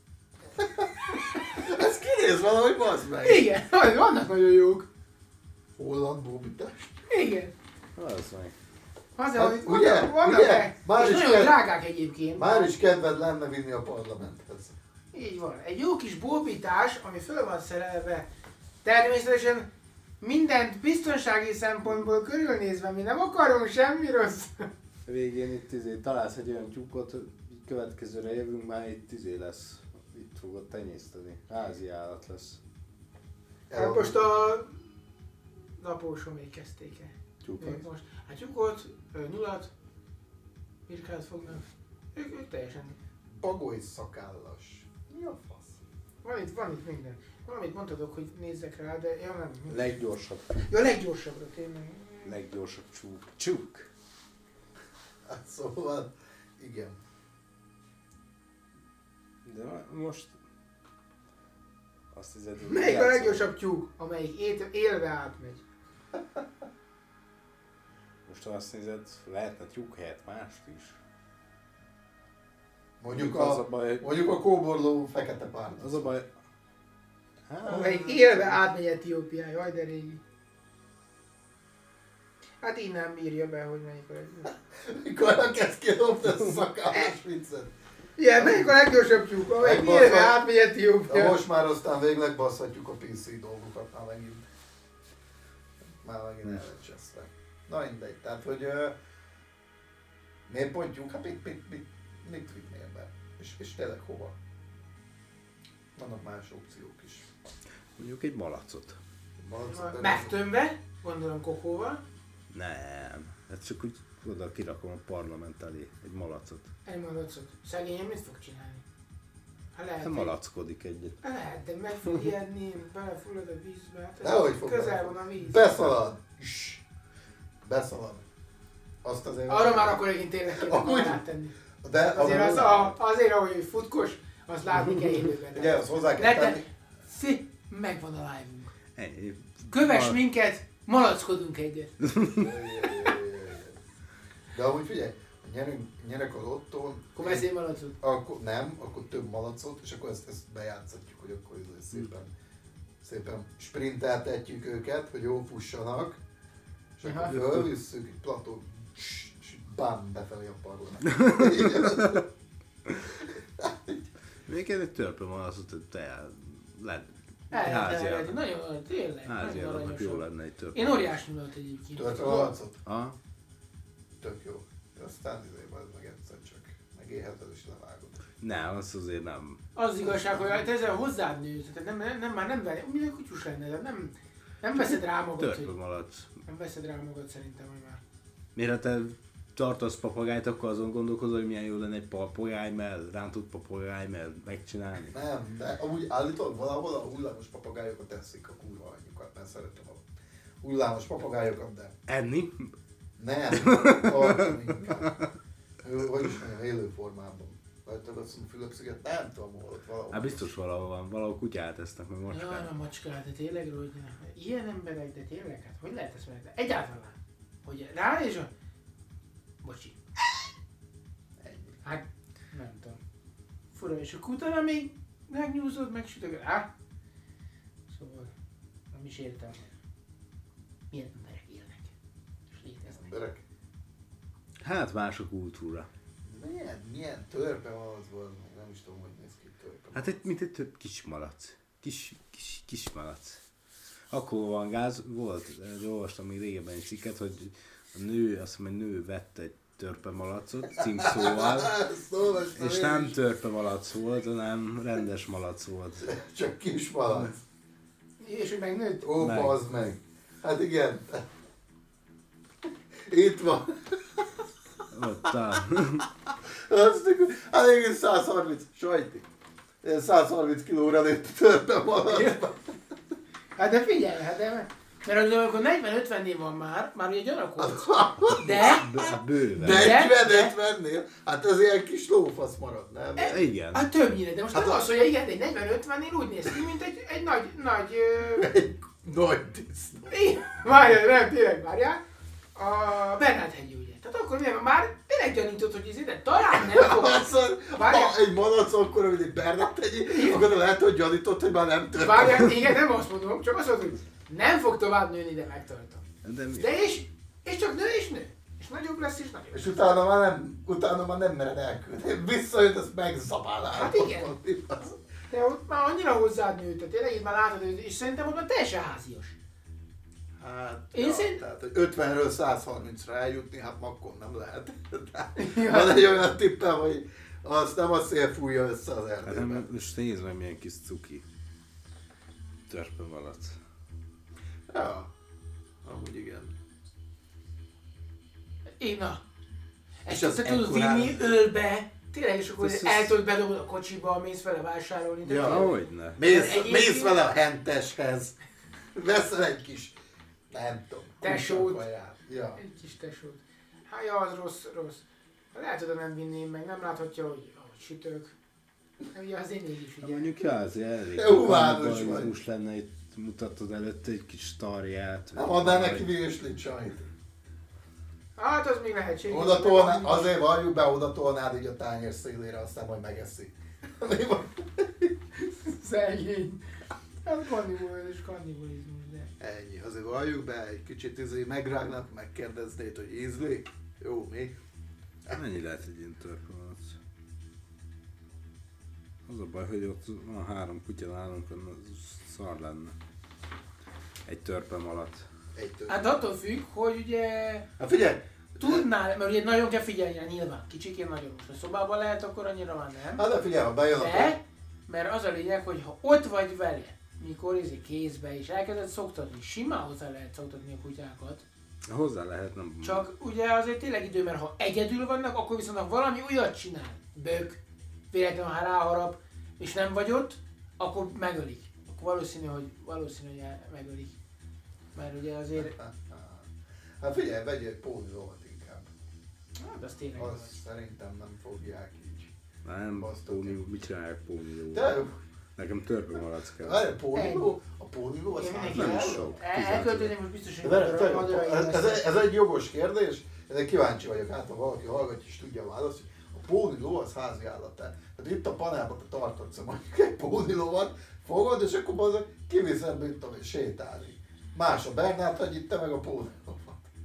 S2: Ez kinéz valahogy, bazd meg!
S1: Igen, vannak nagyon jók.
S2: Holland bóbitás.
S1: Igen.
S3: Az meg.
S1: Azért,
S2: Hát,
S1: hogy
S2: ugye?
S1: vannak, vannak
S2: Ugye?
S1: meg,
S2: Már
S1: és
S2: is
S1: nagyon
S2: kell-
S1: drágák egyébként.
S2: Már is kedved lenne vinni a parlamenthez.
S1: Így van. Egy jó kis bóbitás, ami föl van szerelve. Természetesen mindent biztonsági szempontból körülnézve, mi nem akarunk semmi rossz.
S3: Végén itt izé, találsz egy olyan tyúkot, hogy következőre jövünk, már itt izé lesz. Itt fogod tenyészteni. Házi állat lesz.
S1: Hát most a napósomék kezdték el.
S3: Tyúkot.
S1: Ők most, hát tyúkot, ö, nyulat, birkát fognak. Ők, ők teljesen.
S2: Bagoly szakállas. Mi a fasz?
S1: Van itt, van itt minden. Valamit mondhatok, hogy nézzek rá, de ja nem.
S3: Leggyorsabb.
S1: Ja, a leggyorsabbra tényleg.
S3: Leggyorsabb csúk. Csúk.
S2: Hát szóval, igen.
S3: De ma- most... Azt hiszed, hogy
S1: Melyik a
S3: játszol.
S1: leggyorsabb tyúk, amelyik ét, élve átmegy?
S3: Most azt nézed, lehetne tyúk helyett mást is.
S2: Mondjuk
S3: az a
S2: a,
S3: baj,
S2: mondjuk a kóborló fekete párna.
S3: az a baj... Hát,
S1: Amelyik élve átmegy Etiópián, jaj de régi. Hát innen bírja be, hogy melyik a leggyorsabb.
S2: Mikor elkezd kidobni a szakállas viccet.
S1: Igen, melyik a leggyorsabb tyúk, amelyik
S2: Megbassza.
S1: élve átmegy
S2: Na
S1: Etiópián.
S2: most már aztán végleg basszhatjuk a pé cé dolgokat már megint. Már megint ellecseszve. Na mindegy, tehát hogy... Uh, miért pontjuk? Hát mit, mit, mit, mit vinnél be? És, és tényleg hova? Vannak más opciók is.
S3: mondjuk egy malacot.
S2: Malacot, de-
S1: Megtömve, gondolom kokóval.
S3: Nem. Hát csak úgy oda kirakom a parlament elé egy malacot.
S1: Egy malacot. Szegényem mit fog csinálni? Hát lehet,
S3: Nem
S1: hogy-
S3: malackodik egyet.
S1: lehet, de meg fog ijedni, belefullad a vízbe. Hát ez
S2: Nehogy fog
S1: közel
S2: bele.
S1: van a víz.
S2: Beszalad! Ss. Beszalad. Azt azért...
S1: Arra már akkor én tényleg kéne
S2: Amúgy-
S1: kamerát tenni.
S2: De
S1: Azért, az,
S2: a,
S1: a, azért, ahogy futkos, azt látni kell élőben.
S2: ugye, azt hozzá kell
S1: Lete,
S2: tenni.
S1: szép, megvan a live-unk.
S3: Ennyi.
S1: Kövess
S3: Mal-
S1: minket, malackodunk egyet.
S2: De amúgy figyelj, nyerünk, nyerek az ottón,
S1: Akkor beszélj malacot.
S2: akkor nem, akkor több malacot, és akkor ezt, ezt bejátszhatjuk, hogy akkor ez szépen, szépen sprinteltetjük őket, hogy jól fussanak, és
S1: Aha.
S2: akkor fölvisszük egy plató, és bám, befelé a parlament.
S3: Még egy törpe malacot, hogy te le...
S1: El lehet
S3: Házi
S1: elvenni.
S3: állat.
S1: Nagyon, tényleg,
S3: Házi
S1: nagyon
S3: állatnak jó
S1: aranyosan.
S3: lenne egy törpe.
S1: Én óriás nyulat egyébként.
S2: Tört a malacot?
S3: Ha?
S2: Tök jó. De aztán izé majd meg egyszer csak megéheted és levágod.
S3: Nem, az azért nem.
S1: Az az igazság, hogy hát ezzel hozzád nősz, tehát nem, nem, nem, már nem vele, minden kutyus lenne, tehát nem, nem veszed rá magad,
S3: Törpe
S1: hogy,
S3: malac.
S1: nem veszed rá magad szerintem, hogy már.
S3: Miért ha te tartasz papagájt, akkor azon gondolkozol, hogy milyen jó lenne egy papagáj, mert rántott papagáj, mert megcsinálni?
S2: Nem, de amúgy állítólag valahol a hullámos papagájokat teszik a kurva anyjukat, mert szeretem a hullámos papagályokat, de
S3: Enni?
S2: nem, tartom inkább. Ő, hogy is mondjam, élő formában. Látod azt a Fülöp-sziget? Nem tudom, hol ott valahol.
S3: Hát biztos valahol van, valahol kutyát esznek, meg
S1: Jaj,
S3: macskát.
S1: a macskát, de tényleg, hogy ilyen emberek, de tényleg, hát hogy lehet ezt meg? Egyáltalán. Hogy rá és a... Bocsi.
S2: Ennyi.
S1: Hát, nem tudom. Fura, és akkor utána még megnyúzod, megsütögöd. Á? Szóval, nem is értem. Milyen emberek élnek. És léteznek.
S2: Emberek.
S3: Hát más a kultúra.
S2: Milyen, milyen törpe van az volt, nem is tudom, hogy néz ki törpe.
S3: Hát egy, mint egy több kis malac. Kis, kis, kis malac. Akkor van gáz, volt, eh, olvastam még régebben egy cikket, hogy a nő, azt hiszem, egy nő vett egy törpe malacot, címszóval,
S2: Ezt olvastam
S3: és
S2: én
S3: nem
S2: is.
S3: törpe malac volt, hanem rendes malac volt.
S2: Csak kis malac.
S1: És hogy megnőtt?
S2: Ó,
S3: Meg.
S2: bazd meg. Hát igen. Itt van.
S3: Ott áll.
S2: Azt, hát igen, száz harminc. Sajti. száz harminc kilóra nőtt a törpe malac.
S1: Hát de figyelj, hát de... Mert amikor negyven-ötvennél van már, már ugye gyanakodsz. De...
S3: Hát bőven.
S2: De
S1: De-
S2: negyven-ötvennél? Hát ez ilyen kis lófasz marad, nem?
S3: E, igen.
S1: Hát többnyire, de most
S2: Hát
S1: nem
S2: a-
S1: az, hogy igen, egy negyven-ötvennél úgy néz ki, mint egy, egy nagy, nagy... Ö...
S2: Egy nagy disznó.
S1: Igen, várjál, nem, tényleg várjál. A Bernát-hegyi ugye. Tehát akkor mi már tényleg gyanított, hogy ez ide talán nem fog...
S2: Szóval,
S1: Várjál.
S2: ha egy malac akkor, mint egy Bernattegyi, akkor lehet, hogy gyanított, hogy már nem tört.
S1: Várjál, igen, nem azt mondom, csak azt mondom, hogy nem fog tovább nőni, de megtartom.
S3: De mi?
S1: De és, és csak nő és nő. És nagyobb lesz és nagyobb.
S2: És utána már nem, utána már nem mered elküldeni. Visszajött, ezt megzabálál.
S1: Hát igen. De ott már annyira hozzád nőtt, tehát tényleg itt már látod, hogy- és szerintem ott már teljesen házias.
S2: Hát,
S1: Én
S2: ja,
S1: szerint-
S2: tehát, hogy ötvenről száz harmincra eljutni, hát akkor nem lehet. De
S1: Ja.
S2: van egy olyan tippem, hogy azt nem a szél fújja össze az
S3: Hát nem,
S2: erdőben.
S3: most nézd meg milyen kis cuki. Törpe malac.
S2: Ja, amúgy igen.
S1: Én na. Ezt
S2: És az
S1: te tudod
S2: ekkorán-
S1: vinni ölbe, tényleg, és akkor
S3: Ez- ez-
S1: el tudod bedobni a kocsiba, mész vele vásárolni. de
S2: Ja.
S1: tényleg.
S3: Ahogyne.
S2: Mész,
S1: Egyébként-
S2: mész vele a henteshez. Veszel egy kis, nem tudom.
S1: Tesót.
S2: kutyakaját. Ja.
S1: Egy kis tesót. Hát ja, az rossz, rossz. Lehet, hogy nem vinném meg, nem láthatja, hogy, hogy sütök. Hát ugye az én így is
S3: Hát
S1: ugye.
S3: mondjuk ja, azért elég.
S2: Humános vagy.
S3: kannibalizmus lenne, itt mutatod előtte egy kis sztarját.
S2: Nem adnál neki virslit sajt.
S1: Hát az még lehetséges.
S2: Oda tolná, azért valljuk be, oda tolnád így a tányér szélére, aztán majd megeszi. Mi van?
S1: Szegény. Hát kannibalizmus, kannibalizmus, de...
S2: Ennyi, azért valljuk be, egy kicsit izé megrágnak, megkérdeznéd, hogy ízlik. Jó, mi?
S3: Mennyi lehet egy ilyen törpe malac? Az a baj, hogy ott van három kutya nálunk, az szar lenne. Egy törpe malac.
S2: Egy tőle.
S1: Hát attól függ, hogy ugye
S2: Hát figyelj!
S1: tudnál, mert ugye nagyon kell figyelni rá nyilván, kicsikén nagyon most. Ha szobában lehet, akkor annyira már nem.
S2: Hát de figyelj, ha bejön a...
S1: De, mert az a lényeg, hogy ha ott vagy vele, mikor izé kézbe és elkezded szoktatni, simán hozzá lehet szoktatni a kutyákat.
S3: Hozzá lehet, nem...
S1: Csak ugye azért tényleg idő, mert ha egyedül vannak, akkor viszont ha valami olyat csinál, bök, véletlenül ha ráharap, és nem vagy ott, akkor megölik. Akkor valószínű, hogy, valószínű, hogy el- megölik. Mert ugye azért,
S2: Hát figyelj, vegyél egy pónizómat inkább.
S1: hát az tényleg
S2: Azt
S1: az.
S2: szerintem nem fogják így.
S3: Nem,
S2: Basztok.
S3: póni, mit csinálják póniló?
S2: De
S3: Nekem törpe malac kell.
S2: várj, a póniló, a póniló az
S1: Én
S2: hány
S1: mindenki
S3: nem is
S1: el-
S3: sok.
S1: el- elköltözni most biztos, hogy
S2: De várj,
S1: madara-
S2: várj,
S1: madarai
S2: ez, ez,
S1: lesz.
S2: ez egy jogos kérdés, ezek kíváncsi vagyok, hát ha valaki hallgatja és tudja a választ, hogy a póniló az házi állat. Tehát itt a panelban te tartod mondjuk egy pónilóvat, fogod, és akkor azok kiviszed, mint tudom, én, sétálni. Más a Bernát, hogy itt te meg a pónilóvat.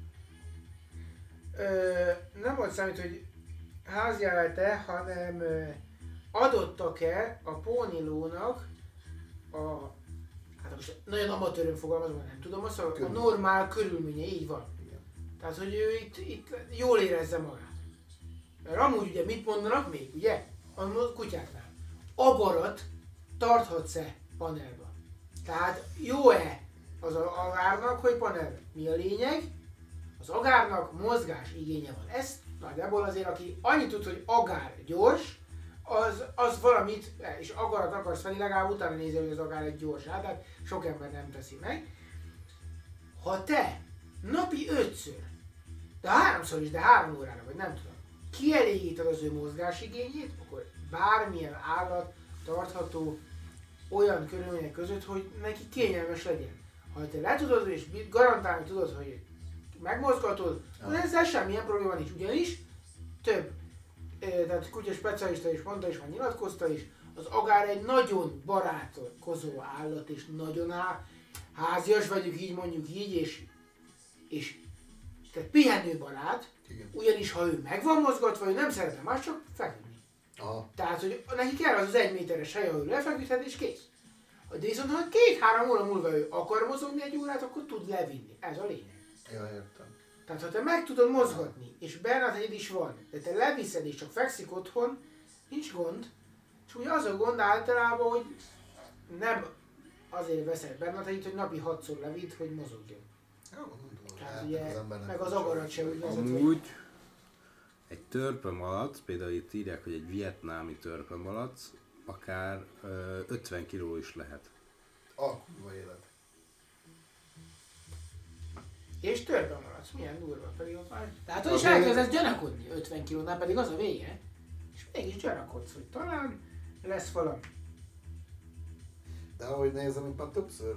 S1: Ö, nem volt számít, hogy háziállat-e, hanem ö, adottak-e a pónilónak a, hát most nagyon amatőrön fogalmazom, nem tudom, azt a, a
S2: Körülmény.
S1: normál körülménye, így van.
S2: Igen.
S1: Tehát, hogy ő itt, itt jól érezze magát. Mert amúgy ugye mit mondanak még, ugye? A kutyáknál. Agarat tarthatsz-e panelba? Tehát jó-e az a agárnak, hogy panelben? Mi a lényeg? Az agárnak mozgás igénye van. Ezt nagyjából azért, aki annyit tud, hogy agár gyors, az, az valamit, és agarat akarsz venni, legalább utána nézel, hogy az agár egy gyors át, tehát sok ember nem teszi meg. Ha te napi ötször, de háromszor is, de három órára, vagy nem tudom, kielégíted az ő mozgásigényét, akkor bármilyen állat tartható olyan körülmények között, hogy neki kényelmes legyen. Ha te le tudod, és garantálni tudod, hogy megmozgatod, akkor ezzel semmilyen probléma nincs. Ugyanis több, eh, tehát kutya specialista is mondta, és már nyilatkozta is, az agár egy nagyon barátkozó állat, és nagyon há- házias vagyunk, így mondjuk így, és, és tehát pihenőbarát,
S2: Igen.
S1: ugyanis ha ő meg van mozgatva, ő nem szeretne más, csak feküdni.
S2: Aha.
S1: Tehát, hogy neki kell az az egy méteres hely, ahol ő lefeküdhet, és kész. De viszont ha két-három óra múlva ő akar mozogni egy órát, akkor tud levinni. Ez a lényeg.
S2: Ja, értem.
S1: Tehát ha te meg tudod mozgatni, és Bernát egyed is van, de te leviszed és csak fekszik otthon, nincs gond. És ugye az a gond általában, hogy nem azért veszed Bernát egyet, hogy napi hatszor levidd, hogy mozogjon.
S2: Ja, gondolom,
S1: Tehát
S2: hát
S1: ugye,
S2: az embernek
S1: meg az
S2: nincs
S1: agarat se
S2: olyan-
S1: úgy vezet, hogy...
S3: Amúgy egy törpe malac, például itt írják, hogy egy vietnámi törpe malac, akár ö, ötven kiló is lehet.
S2: A kurva élet.
S1: És törpe maradsz, milyen durva, pedig ott már... Tehát hogy is
S2: Azért-
S1: elkezdesz gyanakodni ötven kilónál, pedig az a vége. És mégis gyanakodsz, hogy talán lesz valami.
S2: De ahogy nézem, itt már többször.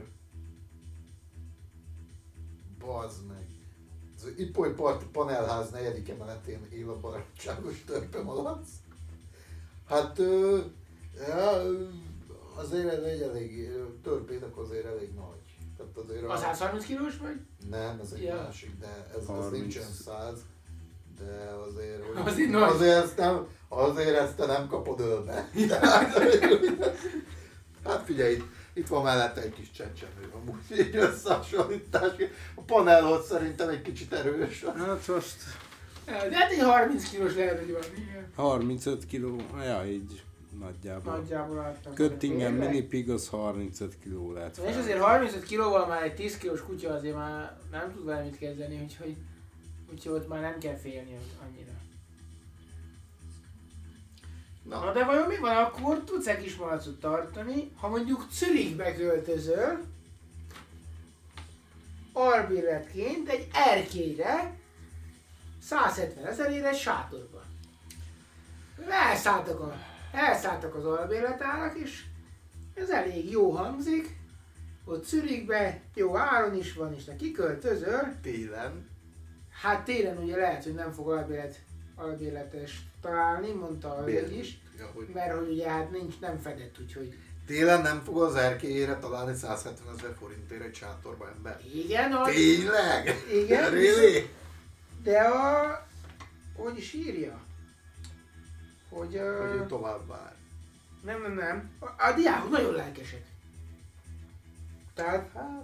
S2: Bazd meg. Az Ipoly Parti Panelház negyedik emeletén él a barátságos törpemalac. Hát ö, ja, azért ez egy elég, törpének azért elég nagy. Tehát azért
S1: Az száz harminc kilós vagy?
S2: Nem, ez egy
S1: Ja.
S2: másik, de ez, ez
S3: harminc.
S2: nincsen száz. De azért, hogy
S1: Az így nagy.
S2: azért, ezt nem, azért ezt te nem kapod ölbe. Tehát, hát figyelj, itt, itt van mellette egy kis csecsemő, amúgy egy összehasonlítás. A panelhoz szerintem egy kicsit erős.
S3: Hát most
S1: De hát egy harminc kilós lehet, hogy van, igen.
S3: harmincöt kiló, ja így nagyjából.
S1: Nagyjából láttam.
S3: Göttingen
S1: Tényleg?
S3: minipig az harmincöt kiló lehet.
S1: És azért harmincöt kilóval már egy tíz kilós kutya azért már nem tud vele mit kezdeni, úgyhogy, úgyhogy ott már nem kell félni annyira.
S2: Na,
S1: Na de vajon mi van akkor? Tudsz egy kis malacot tartani, ha mondjuk Zürichbe költözöl, albérletként egy erkélyre, száz hetven ezerére egy sátorban. Elszálltak, a, elszálltak az albérletárak, és ez elég jó hangzik. Ott Zürichbe jó áron is van, és te kiköltözöl.
S2: télen.
S1: Hát télen ugye lehet, hogy nem fog albérlet, albérletes találni, mondta a
S2: Bér-
S1: Vég is.
S2: Ja, hogy
S1: Mert hogy ugye hát nincs, nem fedett, úgyhogy
S2: télen nem fog az erkélyére találni száz hetven ezer forintért egy sátorba ember.
S1: igen, a,
S2: Tényleg?
S1: igen,
S2: Really?
S1: de a, hogy is írja? Hogy,
S2: Hogy
S1: uh,
S2: ő tovább vár.
S1: nem, nem, nem, a, a diákok nagyon lelkesek. Tehát,
S2: Hát,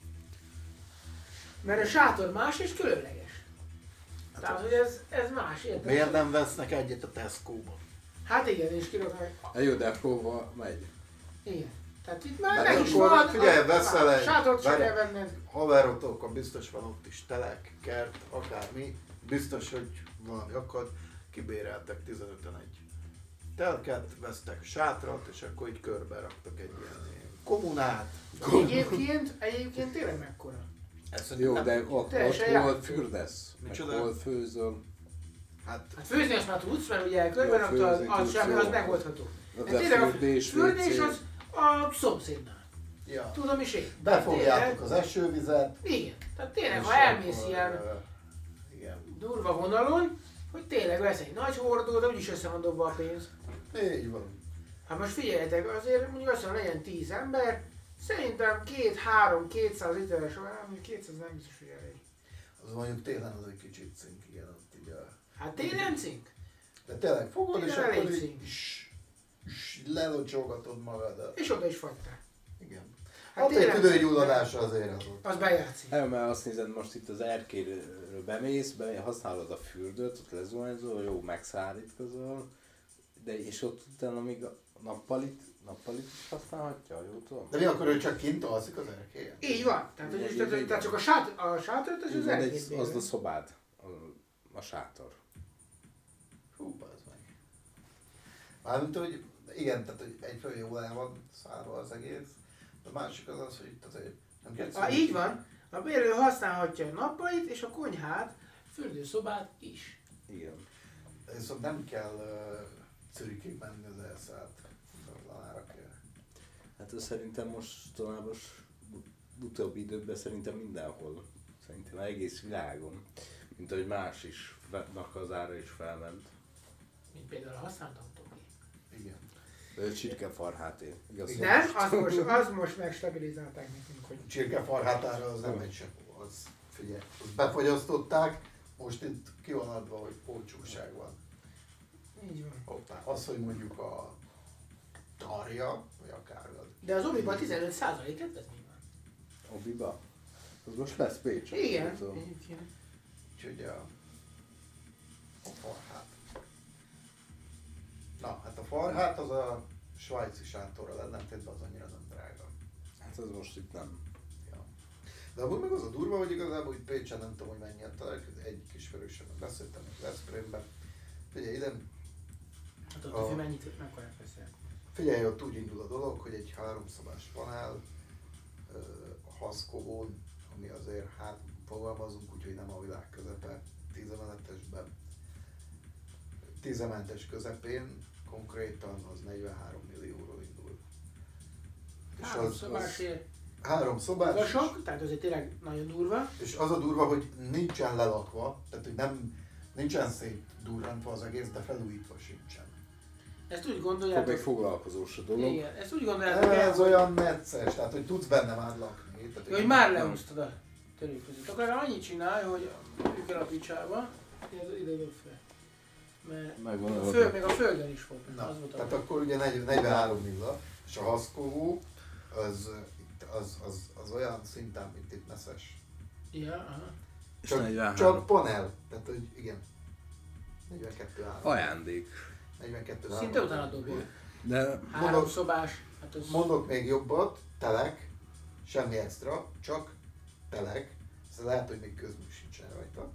S1: mert a sátor más és különleges. Tehát, hogy ez, ez más, érted?
S2: miért nem vesznek egyet a Tesco-ban?
S1: Hát igen, és kiraknak,
S3: Hát jó, de akkor hova megy?
S1: igen. Tehát itt már
S2: Hát
S1: meg is
S2: akkor
S1: van,
S2: figyelj,
S1: a-
S2: veszel
S1: a
S2: egy-
S1: sátort csak
S2: várj.
S1: kell venned.
S2: Haverotokon biztos van ott is telek, kert, akármi. Biztos, hogy valami akad. Kibéreltek tizenöten egy telket, vesztek sátrat, és akkor így körbe raktak egy ilyen, ilyen kommunát.
S1: Egyébként, egyébként tényleg mekkora.
S2: Ez
S3: Jó,
S2: nem-
S3: de ott,
S1: Teljesen
S3: ott hol
S1: játszó.
S3: fürdesz? Meg
S2: Micsoda?
S3: hol főzöl?
S2: Hát
S1: Hát főzni azt már tudsz, mert ugye körbe rakta, az,
S3: főzni
S1: az
S3: tudsz,
S1: semmi,
S3: jó.
S1: az megoldható.
S3: De
S1: De tényleg a
S3: fürdés,
S1: fürdés
S3: WC.
S1: az a szomszédnál.
S2: ja.
S1: Tudom is én.
S2: Befogjátok az esővizet.
S1: Igen. Tehát tényleg,
S2: és
S1: ha elmész
S2: akkor,
S1: ilyen
S2: ö, igen.
S1: durva vonalon, hogy tényleg vesz egy nagy hordó, de úgyis össze van dobva a pénz.
S2: Így van.
S1: Hát most figyeljetek, azért mondjuk azt mondom, legyen tíz ember, szerintem két-három-kétszáz literes, mondjuk kétszáz nem biztos, hogy elég.
S2: Az mondjuk télen az egy kicsit cink, igen, ott így a...
S1: Hát télen cink?
S2: De tényleg fogod, és
S1: Télen
S2: akkor
S1: elég
S2: így
S1: cink.
S2: ss- ss- lelocsolgatod magadat.
S1: És oda is fagytál.
S2: Igen.
S1: Hát
S2: Hát egy
S1: tényleg-
S2: tüdőgyulladása azért az ott.
S1: Az bejátszik.
S3: Hát, mert azt nézed, most itt az erkélyről bemész, be, használod a fürdőt, ott lezuhanyzol, jó, megszárítkozol, de és ott utána még a nappalit, nappalit is használhatja, jól tudom?
S2: De mi akkor ő csak kint alszik az erkélyen?
S1: Így van. Tehát, hogy,
S3: Igen,
S1: tehát,
S3: igen.
S1: tehát csak a, sát, a sátort az az
S3: Igen, de
S1: elkét
S3: egy- az a szobád, a, a sátor.
S2: Hú, bazd meg. Mármint, hogy igen, tehát hogy egyfelől jól el van szállva az egész, a másik az az, hogy itt azért nem kell
S1: Ah, így van. A bérlő használhatja a nappalit és a konyhát, fürdőszobát is.
S3: Igen.
S2: Viszont nem kell uh, Zürichig menni az elszállt árakért.
S3: Hát ez szerintem mostanában utóbbi időben szerintem mindenhol, szerintem egész világon, mint ahogy más is, nak az ára is felment.
S1: Mint például a használt autóké.
S2: Igen.
S3: De ő csirkefarhátén, igaz?
S1: Nem, az most, az most megstabilizálták nekünk, hogy
S2: A csirkefarhátára az nem egy sem, az figyelj, azt befogyasztották, most itt ki van adva, hogy olcsóság van.
S1: így van.
S2: Hoppá. Az, hogy mondjuk a tarja, vagy akár az.
S1: De az obiban tizenöt százalék kedvezmény van.
S3: Obiba? Az most lesz Pécs.
S1: Igen.
S3: nem tudom.
S1: Egyébként.
S2: Úgyhogy a, a farhát. Na, hát a farhát az a svájci sátorral ellentétben az annyira nem drága.
S3: Hát az most itt nem.
S2: Ja. De abban meg az a durva, hogy igazából itt Pécsen nem tudom, hogy mennyien találkozik, egyik ismerősömmel beszéltem, hogy Veszprémben. Figyelj ide,
S1: Hát ott
S2: A-
S1: hogy mennyit, mekkorát veszel.
S2: Figyelj, ott úgy indul a dolog, hogy egy háromszobás panel, ö, a haszkovón, ami azért hát fogalmazunk úgy, hogy nem a világ közepe, tízemeletesben, tízementes közepén, konkrétan az negyvenhárom millióról indul. És
S1: Három
S2: az,
S1: szobásért.
S2: három szobás,
S1: Az sok, tehát azért tényleg nagyon durva.
S2: és az a durva, hogy nincsen lelakva, tehát hogy nem, nincsen szétdurrantva az egész, de felújítva sincsen.
S1: Ezt úgy
S3: Akkor
S1: gondoljátok...
S3: még foglalkozós a dolog.
S1: Igen, ezt úgy gondoljátok el,
S2: Ez olyan necces, tehát hogy tudsz benne már lakni. Tehát,
S1: hogy már lehúztad a törőközött. Akkor annyit csinálj, hogy üljük el a picsába, ide ide ide fel. Mert
S3: Megvan
S1: a
S3: a
S1: föld, még a földön is volt.
S2: Na,
S1: Az volt a
S2: tehát akkor ugye negyvenhárom milla, és a haszkovó az, az, az, az olyan szinten, mint itt neszes.
S1: Ja, aha.
S3: És
S2: Csak,
S3: negyvenhárom.
S2: csak panel, tehát hogy igen. negyvenkettő három.
S3: Ajándék.
S2: negyvenkettő
S1: Szinte utána dobja.
S3: De
S1: Három
S2: Mondok-
S1: szobás. Hát az...
S2: Mondok még jobbat, telek, semmi extra, csak telek. Ez lehet, hogy még közmű sincsen rajta.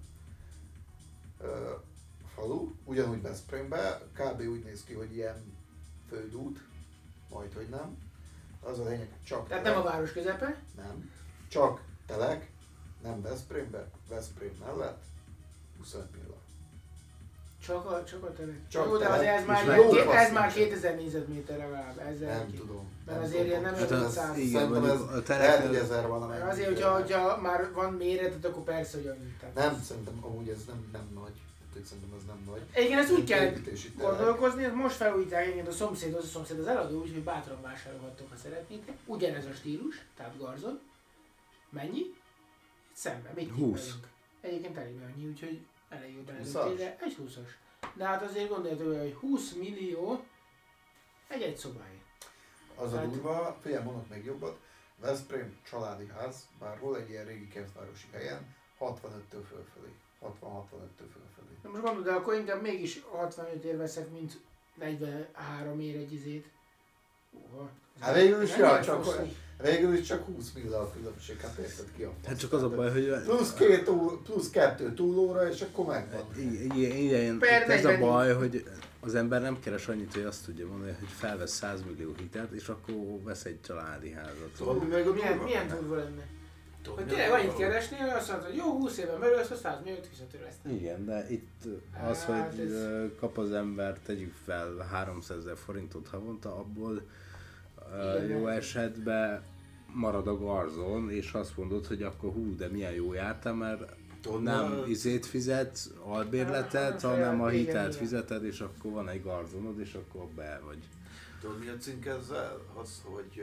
S2: Ö, falu, ugyanúgy Veszprémbe, kb. Úgy néz ki, hogy ilyen földút, majd hogy nem. Az a lényeg, csak
S1: Tehát
S2: telek.
S1: nem a város közepe.
S2: Nem. Csak telek, nem Veszprémbe, Veszprém mellett, huszonöt milla.
S1: Csak a, csak a telek.
S2: Csak
S1: Jó, de
S2: telek,
S1: azért ez
S2: és
S1: már,
S2: jó
S1: ilyen- ez
S2: fasz
S1: már
S2: nincsen.
S1: kétezer négyzetméter legalább. Ezzel
S2: Nem
S1: ki.
S2: tudom.
S1: Mert
S2: nem
S1: azért ilyen
S2: tudom.
S1: nem
S2: Hát
S1: olyan
S2: ez-
S1: száz.
S3: igen,
S2: Szerintem
S3: mondjuk
S2: ez
S3: a
S2: lehet, hogy
S3: teleknél...
S2: ezer valamennyi.
S1: Azért, hogyha, hogyha már van méretet, akkor persze, hogy annyit. Tehát.
S2: Nem, szerintem amúgy ez nem, nem nagy. Hát, szerintem ez nem nagy.
S1: Igen, ezt úgy kell
S2: Építési telek.
S1: gondolkozni, hogy most felújítják egyébként a szomszédhoz, a szomszéd az eladó, úgyhogy bátran vásárolhattok, ha szeretnétek. Ugyanez a stílus, tehát garzon. Mennyi? Itt szemben, mit
S3: húsz.
S1: tippelünk? Egyébként elég annyi, úgyhogy elég jobban
S2: húszas?
S1: előttél, de egy húszas. De hát azért gondoljátok, hogy húsz millió egy egy szobáért.
S2: Az a
S1: Hát-
S2: durva, figyelj, mondok még jobbat. Veszprém családi ház, bárhol egy ilyen régi kertvárosi helyen, hatvanöttől fölfelé. hatvan-hatvanöttől fölfelé.
S1: Na most gondolod, de akkor inkább mégis hatvanöt ér veszek, mint negyvenhárom ér egy izét. Uha.
S2: Hát végül is,
S1: Nem
S2: ja,
S1: lehet
S2: csak,
S1: fosztani.
S2: végül is csak húsz milla a különbség, hát érted ki a
S3: Hát csak az a baj, hogy...
S2: Plusz, két túl, plusz kettő túlóra, és akkor megvan.
S3: Igen, igen,
S1: Per
S3: itt ez a
S1: negyven
S3: baj, hogy az ember nem keres annyit, hogy azt tudja mondani, hogy felvesz száz millió hitelt, és akkor vesz egy családi házat.
S2: Tudod, mi meg a
S1: Milyen,
S2: durva?
S1: milyen durva lenne?
S2: Tudod,
S1: Hogy
S2: mi a
S1: tényleg annyit
S2: durva?
S1: keresnél, hogy azt mondod, hogy jó, húsz éven belül azt a száz milliót visszatörlesztem.
S3: Igen, de itt az,
S1: Hát
S3: hogy
S1: ez-
S3: ö, kap az ember, tegyük fel háromszázezer forintot havonta, abból ö,
S1: Igen,
S3: jó
S1: de-
S3: esetben marad a garzon, és azt mondod, hogy akkor hú, de milyen jó jártam, mert
S2: Tudod,
S3: nem
S2: mi a-
S3: izét fizetsz, albérletet,
S1: Hanem
S3: hanem a
S1: saját- igen,
S3: hitelt
S1: igen.
S3: fizeted, és akkor van egy garzonod, és akkor be vagy.
S2: Tudod mi a cink ezzel? Az, hogy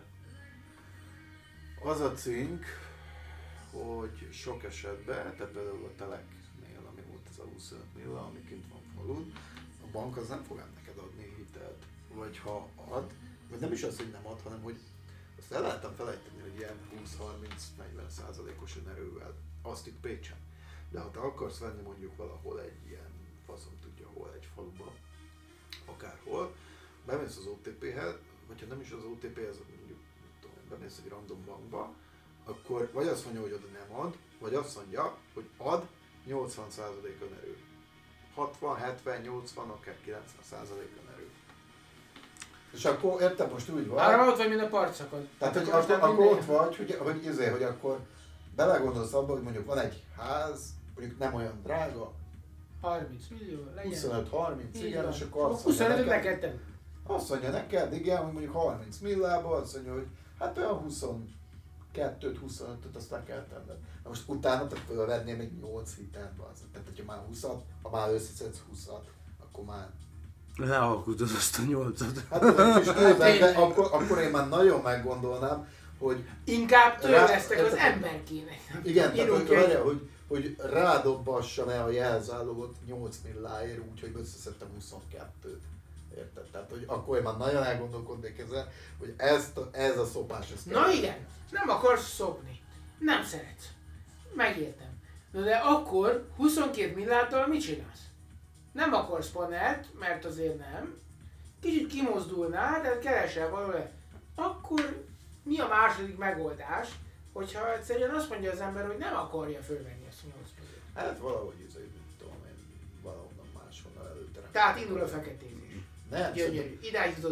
S2: uh, az a cink, hogy sok esetben, tehát például a teleknél, ami volt ez a huszonöt milla, ami kint van falun, a bank az nem fog ám neked adni hitelt. Vagy ha ad, vagy nem is az, hogy nem ad, hanem hogy azt el lehetem felejteni, hogy ilyen húsz-harminc-negyven százalékos önerővel, azt itt Pécsen. De ha te akarsz venni mondjuk valahol egy ilyen, faszom tudja hol, egy faluba, akárhol, bemész az o té péhez, vagy ha nem is az o té péhez, mondjuk, nem tudom, bemész egy random bankba, akkor vagy azt mondja, hogy oda nem ad, vagy azt mondja, hogy ad nyolcvan százalék önerő. hatvan, hetven, nyolcvan, akár kilencven százalék önerő. És akkor érted, most úgy van.
S1: Arra ott vagy, mint a partszakad.
S2: Tehát, hogy
S1: most
S2: akkor,
S1: nem
S2: akkor
S1: minden-
S2: ott vagy, hogy, hogy, izé, hogy akkor belegondolsz abba, hogy mondjuk van egy ház, mondjuk nem olyan drága,
S1: harminc millió, legyen.
S2: huszonöt-harminc,
S1: Így
S2: igen,
S1: van.
S2: és akkor azt mondja
S1: huszonötöt
S2: neked,
S1: neked tenni.
S2: azt mondja neked, igen, hogy mondjuk harminc millába, azt mondja, hogy hát olyan huszonkettőt, huszonötöt azt le kell tenned. Na most utána te fölvennél még nyolc hitelt, tehát hogyha már húszat, ha már összeszedsz húszat, akkor már
S3: Lealkutod azt a nyolcat.
S2: hát ez egy kis túlzás, de
S1: tényleg.
S2: akkor, akkor én már nagyon meggondolnám, hogy
S1: Inkább törlesztek az
S2: Rá-
S1: emberkének.
S2: igen, tehát hogy,
S1: Írunk egy-
S2: várjál, hogy, hogy rádobbassam el a jelzálogot nyolc milláért úgy, hogy összeszedtem huszonkettőt. Érted? Tehát, hogy akkor én már nagyon elgondolkodnék ezen, hogy ezt, a- ez a szopás, ez
S1: Na igen, nem akarsz szopni. Nem szeretsz. Megértem. Na de akkor huszonkét milliárddal mit csinálsz? Nem akarsz panelt, mert azért nem. Kicsit kimozdulnál, tehát keresel valahol. Akkor mi a második megoldás, hogyha egyszerűen azt mondja az ember, hogy nem akarja fölvenni ezt a nyolc milliót.
S2: Hát valahogy ez egy, tudom én, valahonnan máshonnan előterem.
S1: Tehát indul a feketézés.
S2: Nem,
S1: Gyönyörű. Idáig jutottunk.
S2: szerintem-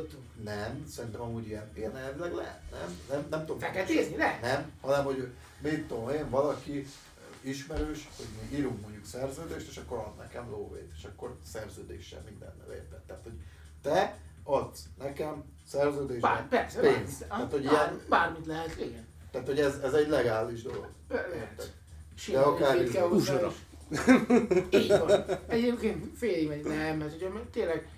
S2: Nem, szerintem amúgy ilyen, ilyen elvileg lehet, nem? Nem, nem tudom.
S1: Feketézni lehet?
S2: Nem, hanem hogy mit tudom én, valaki ismerős, hogy mi írunk mondjuk szerződést, és akkor ad nekem lóvét, és akkor szerződéssel mindennel érted. Tehát, hogy te adsz nekem szerződésben
S1: Bár, persze,
S2: pénzt.
S1: bármit,
S2: Tehát, hogy
S1: bár,
S2: ilyen,
S1: bármit lehet, igen.
S2: tehát, hogy ez, ez egy legális dolog.
S1: Lehet.
S2: Érted?
S1: Sima
S2: akár
S1: ügyvéd kell hozzá
S3: uzsora.
S1: is. Így van. Egyébként félig megy, nem, mert ugye tényleg...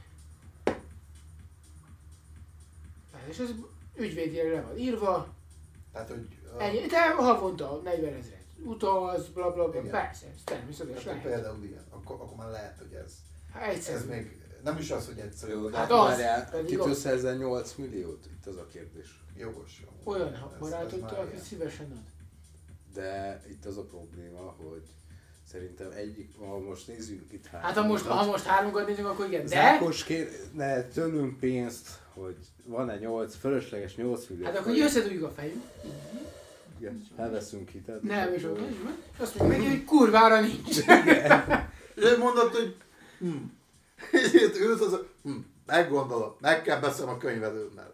S1: És ez ügyvédjére le van írva,
S2: Tehát, hogy a,
S1: ennyi, de havonta negyven ezret utaz, bla bla bla,
S2: Igen.
S1: persze, ez természetes
S2: tehát, hogy
S1: lehet.
S2: például ilyen, akkor, akkor már lehet, hogy ez,
S1: Hát
S2: ez
S1: egyszerű.
S2: még nem is az, hogy egyszerű,
S3: Jó,
S2: hogy
S1: Hát
S3: hát
S1: az,
S3: várjál,
S1: pedig
S3: kitől
S1: az.
S3: szerzel nyolc milliót? Itt az a kérdés.
S2: jogos. amúgy.
S1: Olyan
S2: Ez- ez
S1: barátoktól,
S2: már
S1: aki
S2: ilyen.
S1: szívesen ad.
S3: De itt az a probléma, hogy szerintem egyik, ha most nézzünk itt három.
S1: Hát ha most, ha most hármunkat nézzük, akkor igen, de...
S3: Zákos kér, ne tőlünk pénzt, hogy van-e nyolc, fölösleges nyolc millió.
S1: Hát akkor így összedugjuk a fejünk.
S3: Igen, elveszünk hitelt.
S1: Nem, és akkor azt mondjuk neki, hogy kurvára nincs.
S2: És ő mondott, hogy hm. És ült az, hm. meggondolom, meg kell beszélni a könyvelőmmel.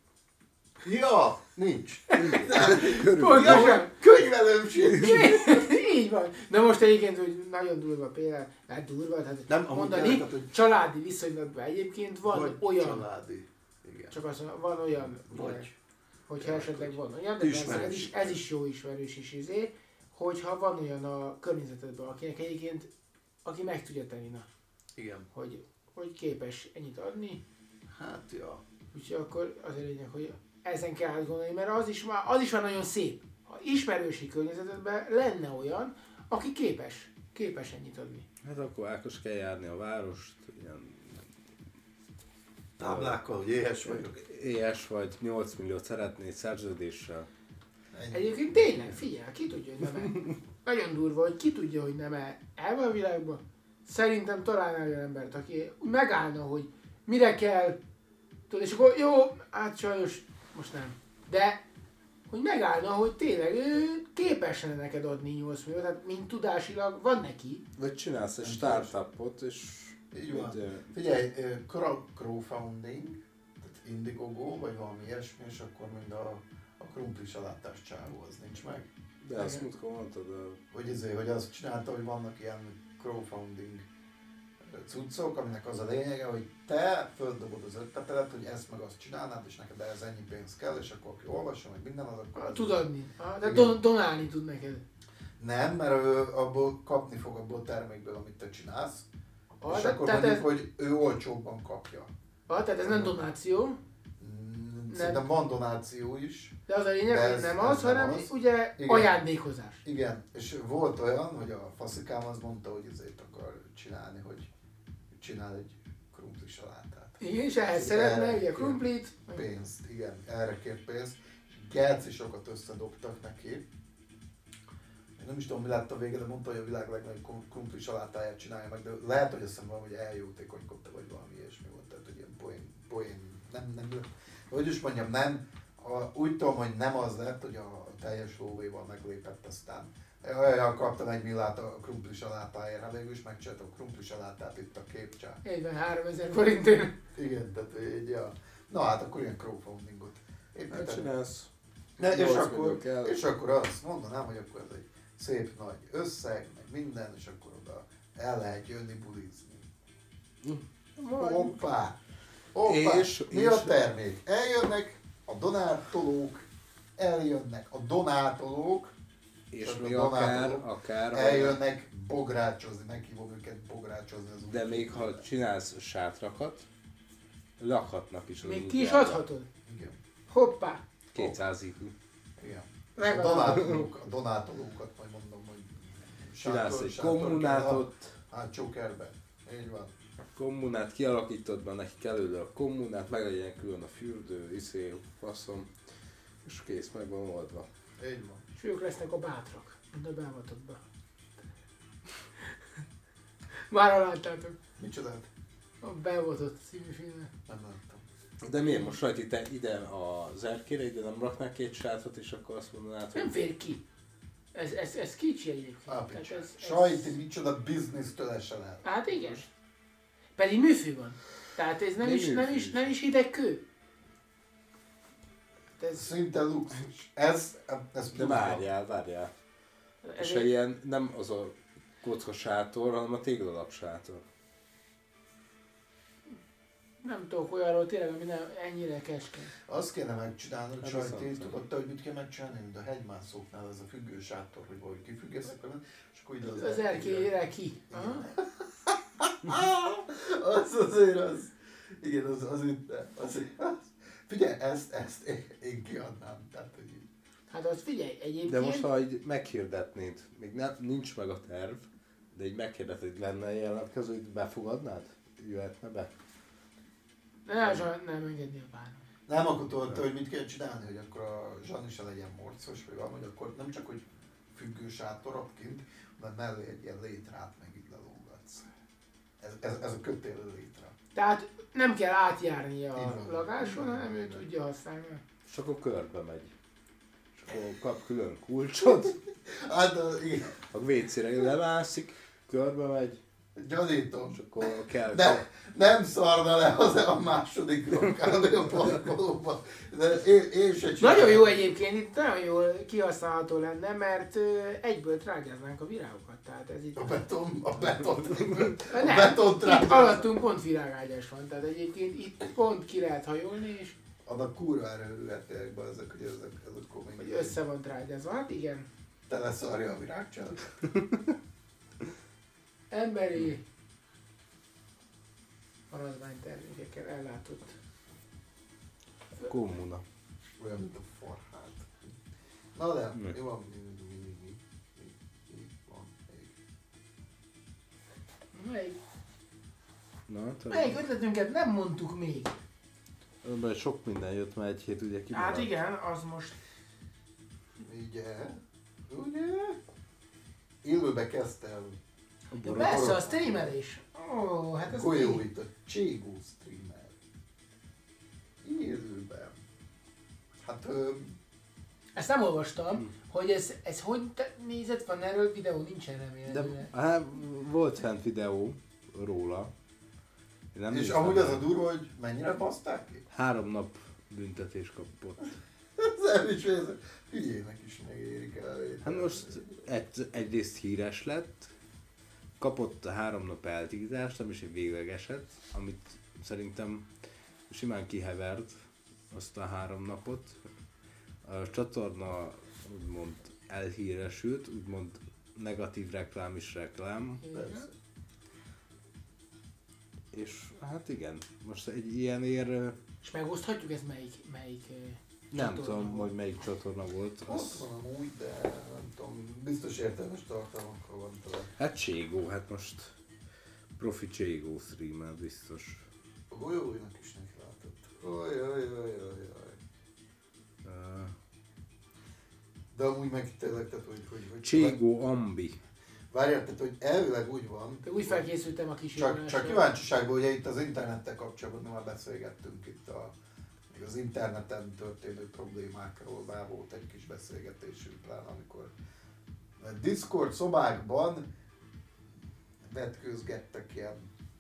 S2: Ja, nincs.
S1: Pontosan.
S2: Könyvelőm sincs.
S1: Így van. De most egyébként, hogy nagyon durva például, hát durva, tehát
S2: Nem, amúgy
S1: mondani,
S2: tényleg, tehát, hogy-
S1: családi viszonylatban egyébként van
S2: Vagy
S1: olyan,
S2: családi. Igen.
S1: csak azt mondom, van olyan,
S2: Vagy.
S1: hogyha esetleg van olyan, de persze ez
S2: Ismerős.
S1: is, ez is jó ismerős is izé, hogyha van olyan a környezetedben, akinek egyébként, aki meg tudja tenni, na,
S2: Igen.
S1: hogy, hogy képes ennyit adni,
S2: Hát, ja.
S1: úgyhogy akkor az a lényeg, hogy ezen kell átgondolni, mert az is, már, az is már nagyon szép. Ha ismerősi környezetedben lenne olyan, aki képes, képes ennyit adni.
S3: Hát akkor Ákos kell járni a várost, ilyen
S2: Táblákkal, hogy éhes vagyok.
S3: éhes vagy, nyolc milliót szeretnéd szerződéssel.
S2: Ennyi.
S1: Egyébként tényleg, figyelj, ki tudja, hogy nem el. Nagyon durva, hogy ki tudja, hogy nem el, el van a világban. Szerintem találnál olyan embert, aki megállna, hogy mire kell, tudod, és akkor jó, hát sajnos most nem. De, hogy megállna, hogy tényleg ő képes lenne neked adni nyolc milliót, tehát mint tudásilag van neki.
S3: Vagy csinálsz egy
S2: Nem
S3: startupot, és
S2: Így van.
S3: hogy, ö,
S2: Figyelj, ö, crow- crowdfunding, tehát Indiegogo, vagy valami ilyesmi, és akkor mind a, a krumplis alátás csávó, az nincs meg.
S3: de azt múltkor mondtad, a
S2: Hogy, izé, hogy azt csinálta, hogy vannak ilyen crowdfunding cuccok, aminek az a lényege, hogy te földobod az ötletedet, hogy ezt meg azt csinálnád, és neked ehhez ennyi pénz kell, és akkor aki olvassa, meg minden, az akkor... az-
S1: Tud adni. Ah, de
S2: Igen.
S1: don- donálni tud neked.
S2: Nem, mert ő abból kapni fog abból a termékből, amit te csinálsz,
S1: Ah,
S2: és
S1: de-
S2: akkor
S1: tehát
S2: mondjuk,
S1: ez-
S2: hogy ő olcsóbban kapja.
S1: Ah, tehát ez nem donáció,
S2: Mm, Szerintem van donáció is.
S1: de az a lényeg,
S2: De
S1: hogy
S2: ez-
S1: nem
S2: ez
S1: az,
S2: nem
S1: hanem
S2: az.
S1: ugye
S2: Igen.
S1: ajándékozás.
S2: Igen, és volt olyan, hogy a faszikám az mondta, hogy ezért akar csinálni, hogy csinál egy krumplis salátát.
S1: Igen, és ehhez
S2: Erre
S1: szeretne ugye
S2: kér
S1: krumplit.
S2: Pénzt, igen, erre kért pénzt. Geci sokat összedobtak neki. Én nem is tudom, mi lett a vége, de mondta, hogy a világ legnagyobb krum- krumplis salátáját csinálja meg, de lehet, hogy azt hiszem valami eljótékonykodta, vagy valami ilyesmi volt, tehát hogy ilyen poén, poén, nem, nem, hogy is mondjam, nem, a, úgy tudom, hogy nem az lett, hogy a teljes lóvéval meglépett, aztán olyan kaptam egy millát a krumplis salátáért, hát végül is megcsináltam a krumplis salátát itt a képcsán.
S1: negyvenháromezer forintért.
S2: Igen, tehát így, ja. Na hát akkor ilyen crowdfundingot. Éppen
S3: hát
S2: tehát-
S3: csinálsz.
S2: ne, és,
S3: nyolc
S2: akkor,
S3: millió kell.
S2: és akkor azt mondanám, hogy akkor ez egy szép nagy összeg, meg minden, és akkor oda el lehet jönni bulizni. Hoppá! Hoppá!
S3: És-
S2: Mi
S3: és-
S2: a termék? Eljönnek a donátolók, eljönnek a donátolók,
S3: És
S2: Csak
S3: még
S2: a
S3: akár,
S2: donátolók
S3: akár, ha-
S2: eljönnek bográcsozni, meghívom őket bográcsozni az
S3: de
S2: új
S3: még ha
S2: kultúrát.
S3: csinálsz sátrakat, lakhatnak is az
S1: Még ki is
S3: utcában.
S1: adhatod.
S2: Igen,
S1: Hoppá.
S3: kétszáz ikú.
S2: igen. És a
S1: Megadom.
S2: donátolók, a donátolókat majd mondom, hogy
S3: Csinálsz
S2: sátor-
S3: egy
S2: sátor kell
S3: kommunátot,
S2: a hátsó kertben. Így van.
S3: kommunát kialakítod be nekik előre a kommunát, meg legyen külön a fürdő, iszé, faszom, és kész, meg van oldva.
S2: Így van.
S1: És ők lesznek a bátrak, mint a beavatokban. Már láttátok
S2: Micsodát?
S1: a beavatott című filmet.
S2: Nem láttam.
S3: De miért most rajt ide, ide az erkére, ide nem raknál két sátot, és akkor azt mondanád,
S1: Nem
S3: hogy
S1: fér ki. Ez, ez, ez kicsi egyébként.
S2: Á,
S1: Tehát
S2: picsa.
S1: ez- ez-
S2: Sajti, micsoda biznisztől esel el.
S1: Hát igen. Pedig műfű van. Tehát ez nem,
S3: Mi
S1: is, nem,
S3: műfű
S1: is,
S3: is?
S1: nem is hideg kő. ez,
S2: Szinte luxus. Ez, ez
S3: De várjál, várjál.
S1: ez
S3: És
S1: egy,
S3: ilyen nem az a kocka sátor, hanem a téglalap sátor.
S1: nem tudok olyanról tényleg, ami nem ennyire keskeny.
S2: Azt kéne megcsinálni, hogy
S3: Hát
S2: sajt,
S3: az
S2: én
S3: az.
S2: tudod te, hogy mit kell megcsinálni, mint a hegymászóknál, ez a függő sátor, hogy valahogy kifüggesztik, és akkor ide
S1: Az, az erkélyre ki. Aha.
S2: Az azért az, igen, az, az itt, az, az. Figyelj, ezt, ezt én, én kiadnám, tehát, hogy így.
S1: Hát az figyelj, egyébként...
S3: De most, ha így meghirdetnéd, még nem, nincs meg a terv, de így meghirdetnéd, lenne jelentkező, hogy befogadnád? Jöhetne be?
S1: Nem, nem, nem engedni a párom.
S2: Nem, akkor tudod te, hogy mit kell csinálni, hogy akkor a Zsani se legyen morcos, vagy valami, hogy akkor nem csak, hogy függő sátorok kint, hanem mellé egy ilyen létrát meg itt lelógatsz. Ez, ez, ez a kötélő létre.
S1: Tehát nem kell átjárni
S2: Így
S1: a
S2: van.
S1: lakáson,
S2: Így van.
S1: hanem ő tudja használni.
S3: És akkor körbe megy. És akkor kap külön kulcsot,
S2: Hát, az, igen,
S3: a vé cére lemászik, körbe megy,
S2: gyanítom.
S3: és akkor kell...
S2: De nem szarna le az a második kb. A parkolóban. De én, én se csinálom.
S1: Nagyon jó egyébként, itt nagyon jól kihasználható lenne, mert ö, egyből trágyáznánk a virágokat. Tehát ez itt...
S2: A beton, a beton, a
S1: Nem,
S2: beton
S1: itt
S2: trágya.
S1: alattunk pont virágágyás van, tehát egyébként itt pont ki lehet hajolni, és
S2: Annak kurvára örülhetőek be ezek, hogy ezek, ezek akkor
S1: hogy
S2: még
S1: össze van trágyázva. Hát igen,
S2: tele szarja a virágcsát.
S1: emberi maradványtermékekkel ellátott.
S3: Kommuna.
S2: Olyan, mint a farhát. Na de,
S3: Mi?
S2: jó van, mi, mi, mi, mi, mi, mi van még.
S1: Melyik,
S3: Na,
S1: melyik ötletünket nem mondtuk még?
S3: Ebben sok minden jött már egy hét, ugye kimaradt.
S1: Hát igen, az most...
S2: Ugye? Ugye? Élőbe kezdte el.
S3: A
S1: Ja,
S3: borok-
S1: persze, a streamelés. Ó, hát ez
S2: Golyó
S1: mi?
S2: itt a Cségó streamer. Élőben. Hát ö,
S1: Ezt nem olvastam, hogy ez, ez hogy te- nézett, van erről videó, nincsen
S3: De
S1: remélem.
S3: hát, volt fent videó róla. Én nem
S2: és
S3: néztem
S2: amúgy
S3: meg.
S2: az a durva, hogy mennyire baszták ki?
S3: Három nap büntetés kapott.
S2: Ez el is nézek. Hülyének is megérik el.
S3: Hát most egy, egyrészt híres lett, kapott a három nap eltiltást, ami is egy véglegeset, amit szerintem simán kihevert azt a három napot. A csatorna úgymond elhíresült, úgymond negatív reklám is reklám,
S2: Persze.
S3: és hát igen, most egy ilyen ér,
S1: És megoszthatjuk ez melyik, melyik ö,
S3: nem
S1: csatorna
S3: tudom,
S1: volt?
S3: hogy melyik csatorna volt.
S2: Ott
S3: Az,
S2: van amúgy, de nem tudom, biztos értelmes tartalmakkal van tele.
S3: hát Cségó, hát most profi Cségó streamer biztos.
S2: A golyóinak is neki látott. Oj, oj, oj, oj, oj.
S3: Uh,
S2: De amúgy meg tényleg, tehát hogy... hogy, hogy
S3: Cségó Ambi.
S2: Várjál, tehát hogy elvileg úgy van,
S1: Úgy felkészültem a kis
S2: csak,
S1: indulásra.
S2: csak kíváncsiságból, ugye itt az internettel kapcsolatban már beszélgettünk itt a, még az interneten történő problémákról, már volt egy kis beszélgetésünk pláne, amikor a Discord szobákban vetkőzgettek ilyen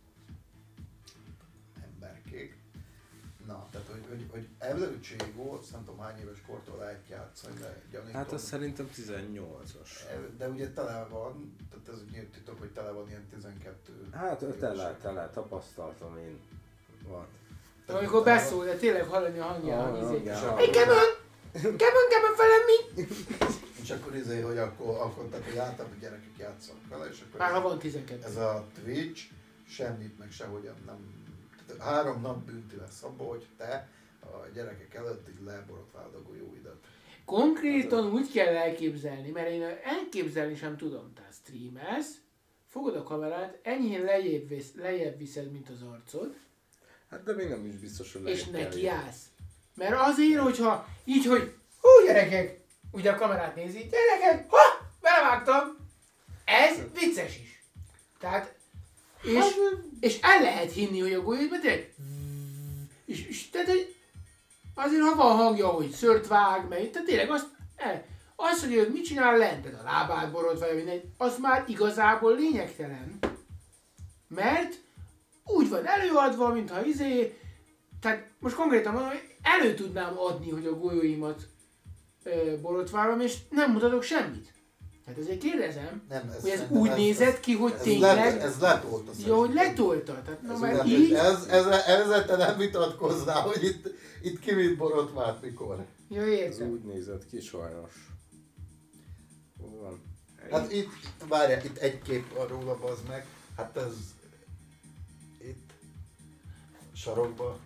S2: emberkék. Na, tehát hogy, hogy, hogy elvileg Cségó, azt nem tudom hány éves kortól lehet játszani, de gyanítom.
S3: Hát az szerintem tizennyolcas.
S2: De ugye tele van, tehát ez nyílt titok, hogy tele van ilyen tizenkettő.
S3: Hát tele,
S2: évesek.
S3: tele, tapasztaltam én. Van.
S1: De amikor beszól, de tényleg hallani a hangján,
S3: Ah,
S1: hogy izé.
S3: igen.
S1: Hey, come on! Come on, come on, felem mi?
S2: És akkor izé, hogy akkor, akkor tehát, hogy általában gyerekek játszanak vele, és akkor
S1: Már ha
S2: ez,
S1: van tizenkettő.
S2: ez a Twitch semmit meg sehogyan nem... Tehát három nap bünti lesz abból, hogy te a gyerekek előtt így leborotváld a golyóidat.
S1: Konkrétan úgy kell elképzelni, mert én elképzelni sem tudom. Tehát streamelsz, fogod a kamerát, enyhén lejjebb, visz, lejjebb viszed, mint az arcod,
S3: Hát de még nem is biztos, hogy
S1: és
S3: lehet
S1: neki
S3: elérni.
S1: állsz. Mert azért, hogyha így, hogy hú gyerekek, ugye a kamerát nézi, gyerekek, ha, belevágtam, ez vicces is. Tehát, és, és el lehet hinni, hogy a golyót, mert tényleg, és, és tehát, hogy azért, ha van hangja, hogy szört vág, meg, tehát tényleg azt, el, az, hogy ő mit csinál lent, tehát a lábát borot, vagy mindegy, az már igazából lényegtelen. Mert úgy van előadva, mintha izé, tehát most konkrétan mondom, hogy elő tudnám adni, hogy a golyóimat ö, borotválom, és nem mutatok semmit. Hát ezért kérdezem,
S2: Nem, ez,
S1: hogy ez
S2: szerintem
S1: úgy
S2: ez,
S1: nézett ki, hogy
S2: ez
S1: tényleg...
S2: Let, ez letolta.
S1: Jó, hogy
S2: szerintem.
S1: letolta. Tehát, na,
S2: Ez,
S1: mert
S2: ugyan-
S1: így...
S2: ez, ez, ezzel te nem vitatkoznál, hogy itt, itt ki mit borotvált mikor.
S1: Ja,
S3: Ez
S1: értem.
S3: úgy nézett ki sajnos. Hol van?
S2: Hát itt, várjál, itt egy kép van róla, bazd meg. Hát ez... Itt... Sarokba.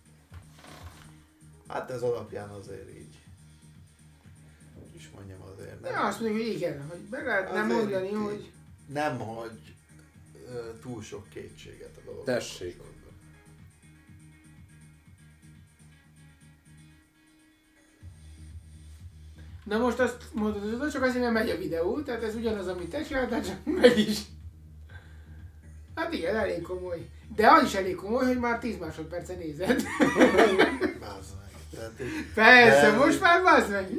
S2: Hát ez alapján azért így. Hogy is mondjam azért. Nem,
S1: Ja, azt mondjuk, hogy igen, hogy be lehetne
S2: azért
S1: mondani,
S2: itt
S1: hogy...
S2: Nem hagy ö, túl sok kétséget a dolog.
S3: Tessék.
S1: Na most azt mondod, hogy csak azért, mert megy a videó, tehát ez ugyanaz, amit te csináltál, csak megy is. Hát igen, elég komoly. De az is elég komoly, hogy már tíz másodperce nézed.
S2: Bázd meg. Tehát így-
S1: Persze,
S2: De-
S1: most már bazd meg.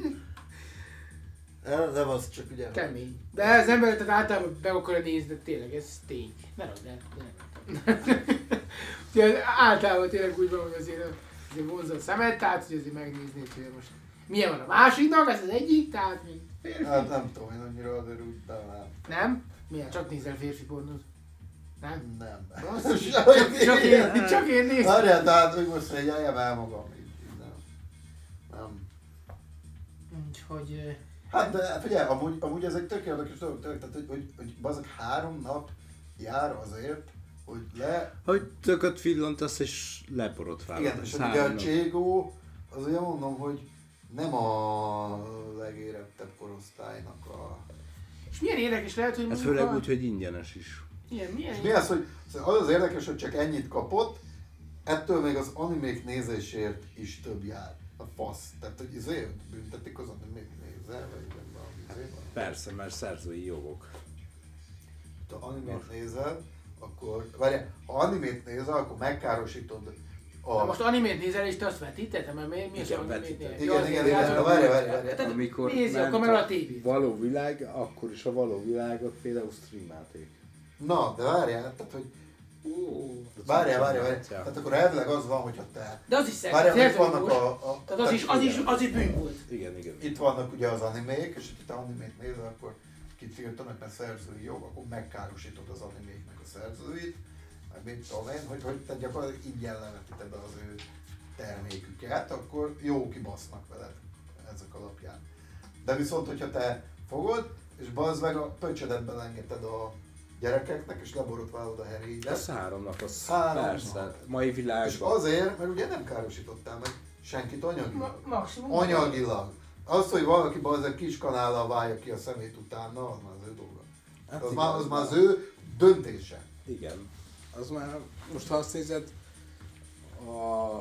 S2: Nem, nem az csak ugye...
S1: Kemény. De ez ember, tehát általában be akarja nézni, de tényleg ez tény. Ne ragd el, ne ragd el. Általában tényleg úgy van, hogy azért, azért vonzza a szemet, tehát hogy azért megnéznéd, hogy most milyen van a másiknak, ez az egyik, tehát még férfi.
S2: Hát nem tudom, én annyira azért úgy talán.
S1: Nem? Milyen? Csak nézel férfi pornót? Nem?
S2: Nem.
S1: Basszus, csak, csak, én, csak én néztem.
S2: Várjál, tehát hogy most figyeljem el magam. Így, így nem. Nem.
S1: Úgyhogy... ö,
S2: Hát de figyelj, amúgy, amúgy ez egy tök érdekes dolog, tényleg, tehát hogy, hogy, hogy bazeg három nap jár azért, hogy le...
S3: Hogy tököt villantasz és leporotválod.
S2: Igen, és
S3: Ez
S2: ugye a
S3: három nap.
S2: Cségó, az ugye mondom, hogy nem a legérettebb korosztálynak a...
S1: És milyen érdekes lehet, hogy
S3: Ez
S1: mondjuk
S3: főleg
S1: a-
S3: úgy, hogy ingyenes is.
S1: Ilyen, milyen...
S2: És mi az, hogy az az érdekes, hogy csak ennyit kapott, ettől még az animék nézésért is több jár. A fasz. Tehát, hogy izé büntetik az animék nézel, vagy nem valami izé van.
S3: Persze, mert szerzői jogok.
S2: Ha animét nézel, akkor, várjál, ha animét nézel, akkor megkárosítod a...
S1: Na most animét nézel és te azt vetíted, mert mi, mi az
S3: Igen,
S1: animét
S3: vetítem.
S1: nézel?
S2: Igen,
S1: Ja,
S2: igen,
S1: azért
S2: igen,
S1: az-
S2: na várjál, várjál, várjál.
S1: Tehát
S3: Amikor
S1: nézi a
S3: ment
S1: kamera a tévét.
S3: való világ, akkor is a való világot például streamelték.
S2: Na, de várjál, tehát, hogy
S1: Ó.
S2: várjál, várjál, várjál.
S3: Ja.
S2: Tehát akkor elvileg az van, hogyha te...
S1: De az is szerint.
S2: Várjál, hogy itt vannak a... a
S1: Tehát az is, az is, az is bűn volt.
S3: Igen, igen.
S2: Itt vannak ugye az animék, és ha te animét nézel, akkor kitiltanak, mert szerzői jog, akkor megkárosítod az animéknek a szerzőit, meg mit tudom én, hogy, hogy te gyakorlatilag ingyen levetíted az ő terméküket, akkor jó kibasznak veled ezek alapján. De viszont, hogyha te fogod, és bazd meg a pöcsödet belengedted a gyerekeknek, és leborotválod a herédet,
S3: Ez három nap, az
S2: Három
S3: persze.
S2: nap.
S3: Mai
S2: és
S3: világban.
S2: azért, mert ugye nem károsítottál meg senkit anyagilag.
S1: Ma- Maximum.
S2: Anyagilag. Az, hogy valaki bazzeg kis kanállal válja ki a szemét utána, az már az ő dolga.
S3: Hát
S2: Az,
S3: igen,
S2: már, az már az ő döntése.
S3: Igen. Az már, most ha azt nézed, a,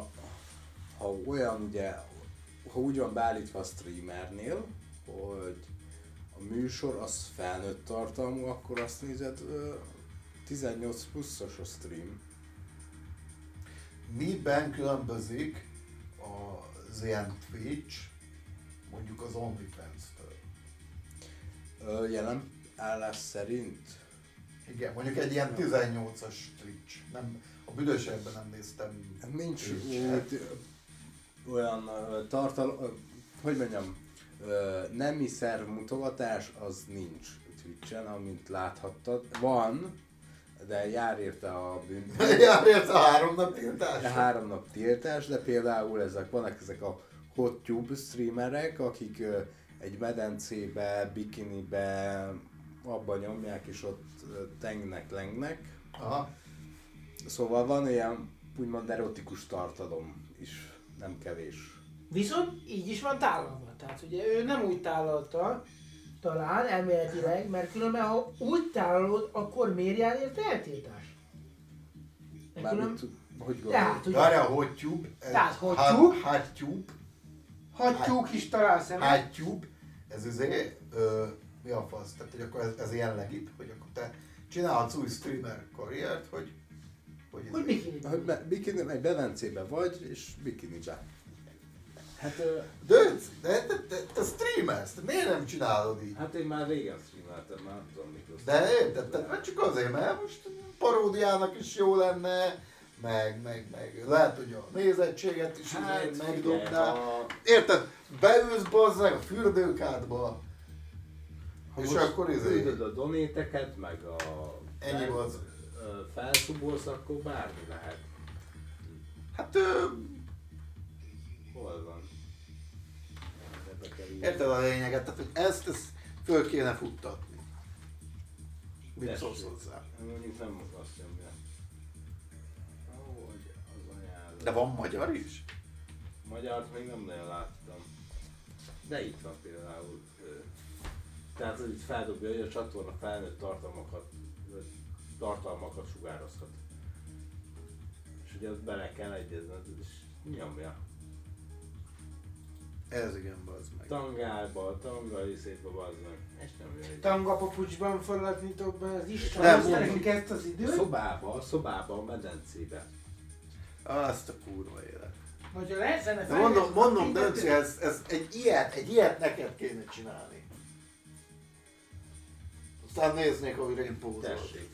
S3: ha olyan ugye, ha úgy van beállítva a streamernél, hogy a műsor az felnőtt tartalmú, akkor azt nézed, ö, tizennyolc pluszos a stream.
S2: Miben különbözik az ilyen Twitch, mondjuk az OnlyFans-től?
S3: Ö, Jelen állás szerint
S2: Igen, mondjuk egy ilyen tizennyolcas Twitch. Nem, a büdös évben nem néztem.
S3: nincs
S2: Twitch-et.
S3: úgy olyan ö, tartalom, ö, hogy mondjam, ö, nemi szerv mutogatás az nincs Twitch-en, amint láthattad. Van, de jár érte a büntetés.
S2: Jár érte a három nap tiltás.
S3: De három nap tiltás, de például ezek, vannak ezek a HotTube streamerek, akik ö, egy medencébe, bikinibe, abba nyomják és ott ö, tengnek, lengnek.
S2: Aha.
S3: Szóval van ilyen úgymond erotikus tartalom is, nem kevés.
S1: Viszont így is van tálalva. Tehát ugye ő nem úgy tálalta, talán elméletileg, mert különben ha úgy tálalod, akkor miért jár érte eltiltás? Mert
S3: Mármint,
S1: külön...
S3: hogy
S1: Tehát,
S3: gondolod?
S1: ugye,
S2: Várjál, HotTube. ez
S1: Tehát
S2: hot-
S1: HotTube.
S2: HotTube.
S1: hattyúk is talál szemet.
S2: HotTube. Ez azért, ö, mi a fasz? Tehát, hogy akkor ez, ez ilyen legit, hogy akkor te csinálhatsz új streamer karriert, hogy... Hogy,
S1: Hogy
S2: izé-
S1: bikini.
S3: Hogy be, bikini, egy bevencébe vagy, és bikini jack. Hát, ö,
S2: De, de, de, de te streamersz, te miért nem csinálod így?
S3: hát én már régen streameltem, már nem tudom mikor.
S2: De érted, tehát nem csak azért, mert most paródiának is jó lenne, meg, meg, meg. Lehet, hogy a nézettséget is
S3: Hát,
S2: hát,
S3: figyelj,
S2: megdobná.
S3: ha-
S2: Érted? Beülsz bazzeg a fürdőkádba,
S3: Ha
S2: és
S3: most
S2: akkor izé,
S3: küldöd a donéteket, meg a
S2: Ennyi
S3: fel-
S2: volt.
S3: ö, felszubolsz, akkor bármi lehet.
S2: hát ö,
S3: Hol van? Ebbe kell írni.
S2: érted a lényeget, tehát hogy ezt, ezt föl kéne futtatni. Mit
S3: Tessék.
S2: szólsz hozzá?
S3: Mondjuk nem azt nyomja. Ahogy az ajánló.
S2: De van magyar is?
S3: Magyart még nem nagyon láttam. De itt van például. ö, Tehát hogy itt feldobja, hogy a csatorna felnőtt tartalmakat, vagy tartalmakat sugározhat. És ugye azt bele kell egyezned, és nyomja.
S2: Ez igen, bazd meg.
S3: Tangába, tanga részébe bazdnak, és nem jön egy.
S1: Tangapapucsban forradnitok be az Isten,
S2: Nem,
S1: hozta
S2: nem.
S1: nekünk ezt az időt.
S3: Szobába, szobába, a medencébe.
S2: Azt a kurva élet.
S1: Hogyha lehet zene
S2: De mondom, mondom
S1: mindent-
S2: Dönci, ez, ez egy ilyet, egy ilyet neked kéne csinálni. Aztán néznék, ahogy én pózolok.
S3: Tessék.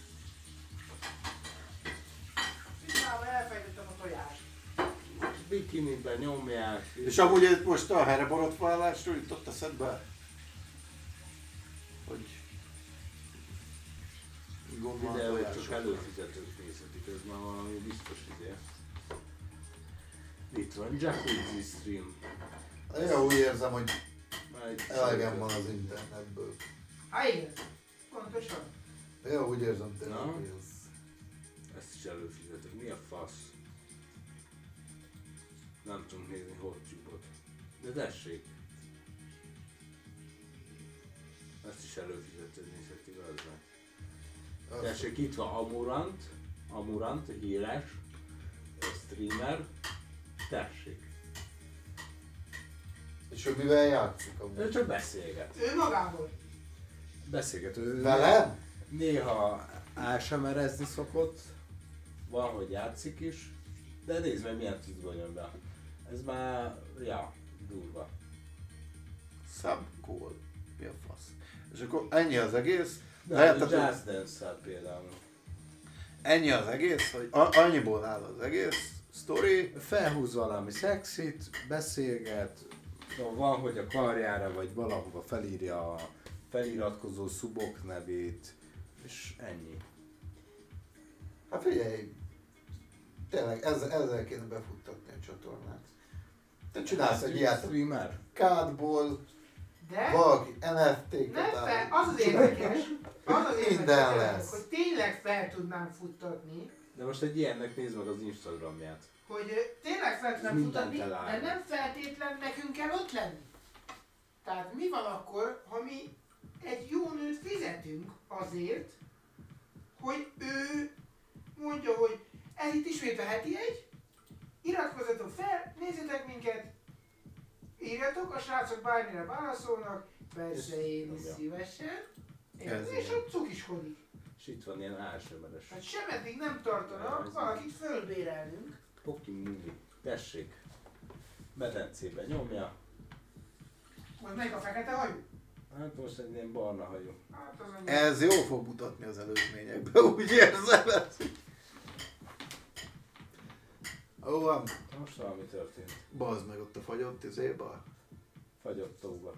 S1: Már elfejtettem a tojást.
S3: Bikiniben nyomják.
S2: És amúgy ez most a helyre borotválásról jutott eszedbe? Hogy gondolom
S3: Videót csak
S2: tojások.
S3: előfizetők nézhetik, ez már valami biztos idő. Itt van Jacuzzi Stream.
S2: Én úgy érzem, hogy
S3: Már itt
S2: elegem van az internetből.
S1: Há igen, pontosan.
S2: Én úgy érzem tényleg,
S3: Na.
S2: hogy ez...
S3: Ezt is előfizetők. Mi a fasz? Nem tudunk nézni HotTube-ot. De tessék. Ezt is előfizetők nézhetik, az meg.
S2: az-
S3: Tessék, itt van Amurant, Amurant, híres, streamer. Tessék.
S2: És hogy mivel játszik
S3: Ő
S2: amúgy?
S3: csak beszélget.
S1: Ő magából.
S3: Beszélget. Ő
S2: Velem?
S3: néha á es em er-ezni szokott, van, hogy játszik is, de nézd meg milyen tűzből jön be. Ez már, ja, durva.
S2: Subcall. Mi a fasz? És akkor ennyi az egész.
S3: De
S2: Lehet,
S3: Lehet,
S2: hogy-
S3: Jazz Dance-szel például.
S2: Ennyi az egész, hogy a- annyiból áll az egész sztori.
S3: Felhúz valami szexit, beszélget, van, hogy a karjára vagy valahova felírja a feliratkozó szubok nevét, és ennyi.
S2: Hát figyelj, tényleg ezzel, ezzel kéne befuttatni a csatornát. Te csinálsz egy ilyet
S3: Streamer?
S2: kádból,
S1: De
S2: valaki en ef té-ket
S1: nem fel,
S2: áll.
S1: az az érdekes, az az
S2: Minden
S1: érdekes,
S2: lesz.
S1: hogy tényleg fel tudnám futtatni,
S3: De most egy ilyennek nézd meg az Instagramját.
S1: hogy ö, tényleg fel tudnám
S3: Mindent
S1: futtatni,
S3: eláll.
S1: de nem feltétlen nekünk kell ott lenni. Tehát mi van akkor, ha mi egy jó nőt fizetünk azért, hogy ő mondja, hogy ez itt ismét a heti egy, iratkozzatok fel, nézzetek minket, írjatok, a srácok bármire válaszolnak, persze én is
S3: Ja.
S1: szívesen,
S2: Ez
S1: és
S2: igen.
S1: ott cukiskodik.
S3: És itt van ilyen á es em er-es.
S1: Hát semeddig nem tartanak, valakit fölbérelnünk.
S3: Poki Movie. Tessék. Medencébe nyomja.
S1: Most meg a fekete hajú?
S3: Hát most egy ilyen barna hajú.
S1: Hát az annyi.
S2: Ez jó fog mutatni az előzményekbe, úgy érzem ezt. Ó, van.
S3: Most valami történt.
S2: Bazd meg ott a fagyott izéba.
S3: Fagyott tóba.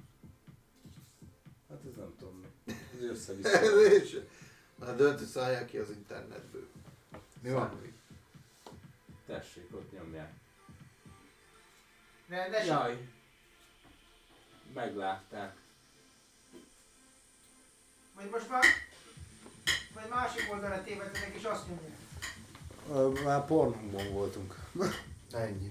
S3: Hát ez nem tudom mi. Ez
S2: Ez
S3: össze-vissza.
S2: is. Már dönti szállják ki az internetből. Mi van?
S3: Tessék, ott nyomják.
S1: Rendes?
S3: Jaj. Meglátták.
S1: Vagy most már... Vagy másik oldalra tévedtetek és azt nyomják.
S3: Ö, Már pornhumban voltunk.
S2: Ennyi.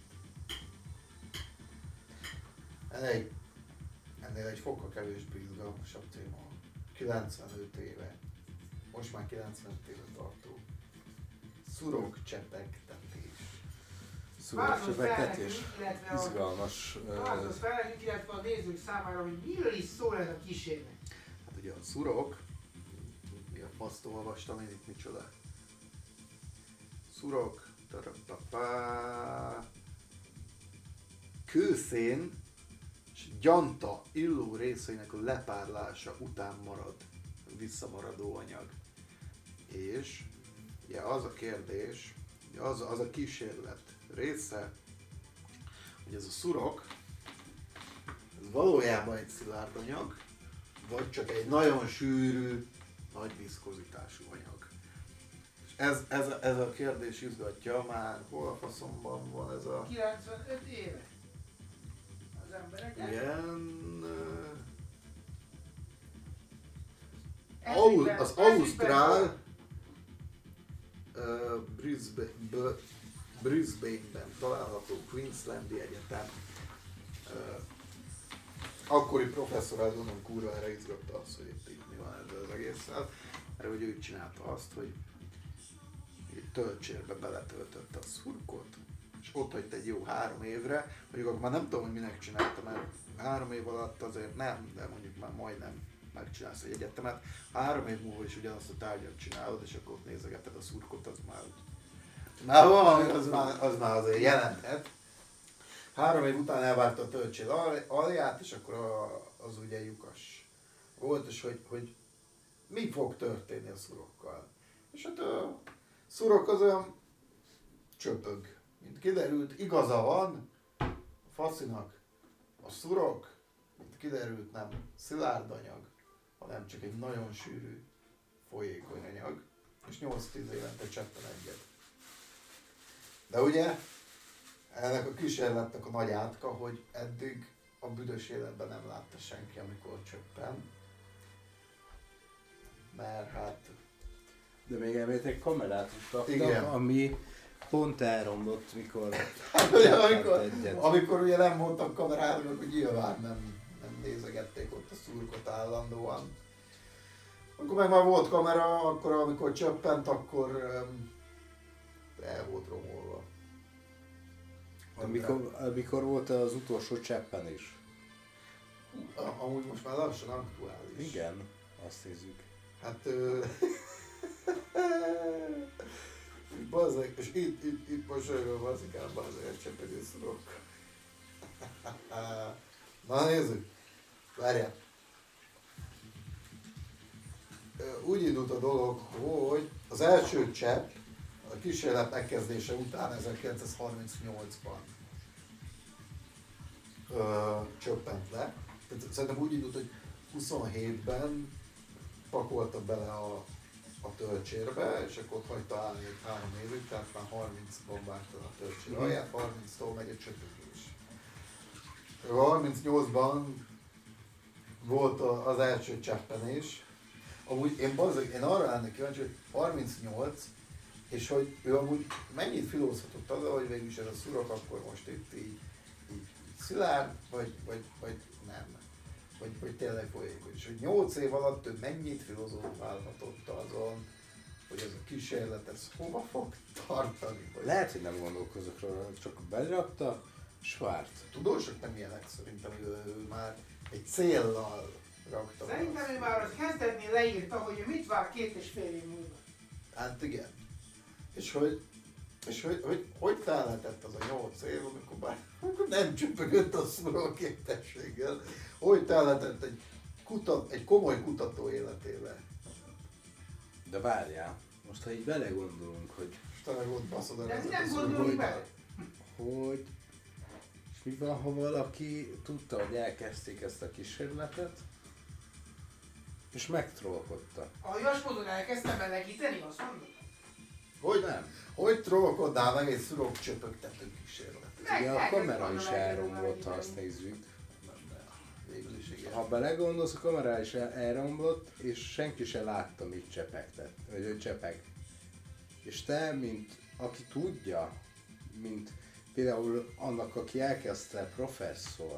S2: Elég. Ennél egy fokkal kevésbé izgalmasabb téma. kilencvenöt éve. Most már kilencvenöt éve tartó. Szurok csepegtetés.
S1: Vázolsz fel
S3: Szúrásövegetés.
S1: nekünk, illetve a...
S3: Izgalmas. ö,
S1: Vázolsz fel nekünk, illetve a nézők számára, hogy miről is szól ez a kísérlet.
S2: Hát ugye a szurok, mi a faszt olvastam én itt micsoda. Szurok, tarapapá, kőszén és gyanta illó részeinek a lepárlása után marad visszamaradó anyag. És ugye az a kérdés, az, az a kísérlet része, hogy ez a szurok, ez valójában egy szilárd anyag, vagy csak egy nagyon sűrű, nagy viszkozitású anyag. És ez, ez, a, ez a kérdés izgatja már, hol a faszomban van ez a...
S1: kilencvenöt éve. Az embereket.
S2: Ilyen...
S1: Ez
S2: Au,
S1: miben-
S2: az
S1: ez
S2: Ausztrál uh, Brisbane, Brisbane-ben található Queenslandi Egyetem uh, akkori professzor, az mondom, kurva erre izgatta az, hogy itt, itt mi van ezzel az egésszel, mert hogy ő csinálta azt, hogy egy töltsérbe beletöltötte a szurkot, és ott hagyta egy jó három évre, mondjuk akkor már nem tudom, hogy minek csinálta, mert három év alatt azért nem, de mondjuk már majdnem megcsinálsz egy egyetemet, három év múlva is ugyanazt a tárgyat csinálod, és akkor ott nézegeted a szurkot, az már úgy... Már van, az már, az már azért jelenthet. Három év után elvárta a töltsér alját, és akkor a, az ugye lyukas volt, és hogy, hogy mi fog történni a szurokkal. És hát a szurok az olyan csöpög, mint kiderült, igaza van a faszinak, a szurok, mint kiderült, nem szilárd anyag, hanem csak egy nagyon sűrű, folyékony anyag, és nyolc-tíz évente cseppen egyet. De ugye, ennek a kísérletnek a nagy átka, hogy eddig a büdös életben nem látta senki, amikor csöppen. Mert hát...
S3: De még elméletek kamerát is raktak,
S2: Igen.
S3: ami pont elromlott, mikor
S2: Hát ugye,
S3: cseppent
S2: amikor,
S3: egyet.
S2: amikor ugye nem mondtak kamerának, hogy nyilván nem, nem nézegették ott a szurkot állandóan. Akkor meg már volt kamera, akkor amikor csöppent, akkor um, el volt romolva.
S3: Amikor, amikor volt az utolsó cseppen is.
S2: A- Amúgy most már lassan aktuális.
S3: Igen, azt nézzük.
S2: Hát... Ö... Bazzeg, és itt, itt, itt mosolyogom bazikám, bazzeg, csepegő szurok. Na nézzük, várjál. Ö, Úgy indult a dolog, hogy az első csepp a kísérlet megkezdése után ezerkilencszázharmincnyolcban ö, csöppent le. Tehát szerintem úgy indult, hogy huszonhétben pakolta bele a, a töltsérbe, és akkor ott hagyta állni egy három évig, tehát már harmincban várta a töltsér alját, harminctól megy a csöpögés. harmincnyolcban volt a, az első cseppenés. Amúgy én, bazzeg, én arra lennék kíváncsi, hogy harmincnyolc, és hogy ő amúgy mennyit filózhatott azzal, hogy végülis ez a szurok akkor most itt így, így, így szilárd, vagy, vagy, vagy nem. Vagy, vagy tényleg folyékony. És hogy nyolc év alatt ő mennyit filozófálhatott azon, hogy ez a kísérlet, ez hova fog tartani. Vagy
S3: Lehet, hogy nem gondolkozok róla, csak berakta, és várt.
S2: tudósok nem ilyenek, szerintem ő, ő már egy céllal rakta.
S1: Szerintem
S2: azt.
S1: ő már az kezdetnél leírta, hogy ő mit vár két és fél év múlva.
S2: Hát igen. És hogy, és hogy, hogy, hogy telhetett az a nyolc év, amikor már amikor nem csöpögött a szuró képességgel, hogy telhetett egy, kutat, egy komoly kutató életébe.
S3: De várjál, most ha így belegondolunk, hogy,
S2: És te meg ott baszod el
S1: De
S2: ezeket
S1: nem
S2: a
S1: gondolni
S2: szurkolókat.
S1: bele.
S3: hogy és mi van, ha valaki tudta, hogy elkezdték ezt a kísérletet, és megtrollkodta.
S1: A jasmódon elkezdtem melegíteni, azt mondod?
S2: Hogy
S3: Nem.
S2: Hogy trollkodnál meg egy szurok csöpögtető kísérletet?
S1: Meg-
S3: Ugye a
S1: elkezdtem
S3: kamera
S1: volna
S3: is
S1: melegíteni.
S3: elromlott, ha azt nézzük.
S2: Végül is igen.
S3: Ha belegondolsz, a kamera is el- elromlott, és senki se látta, mit csepegtet, vagy hogy csepeg. És te, mint aki tudja, mint például annak, aki elkezdte professzor,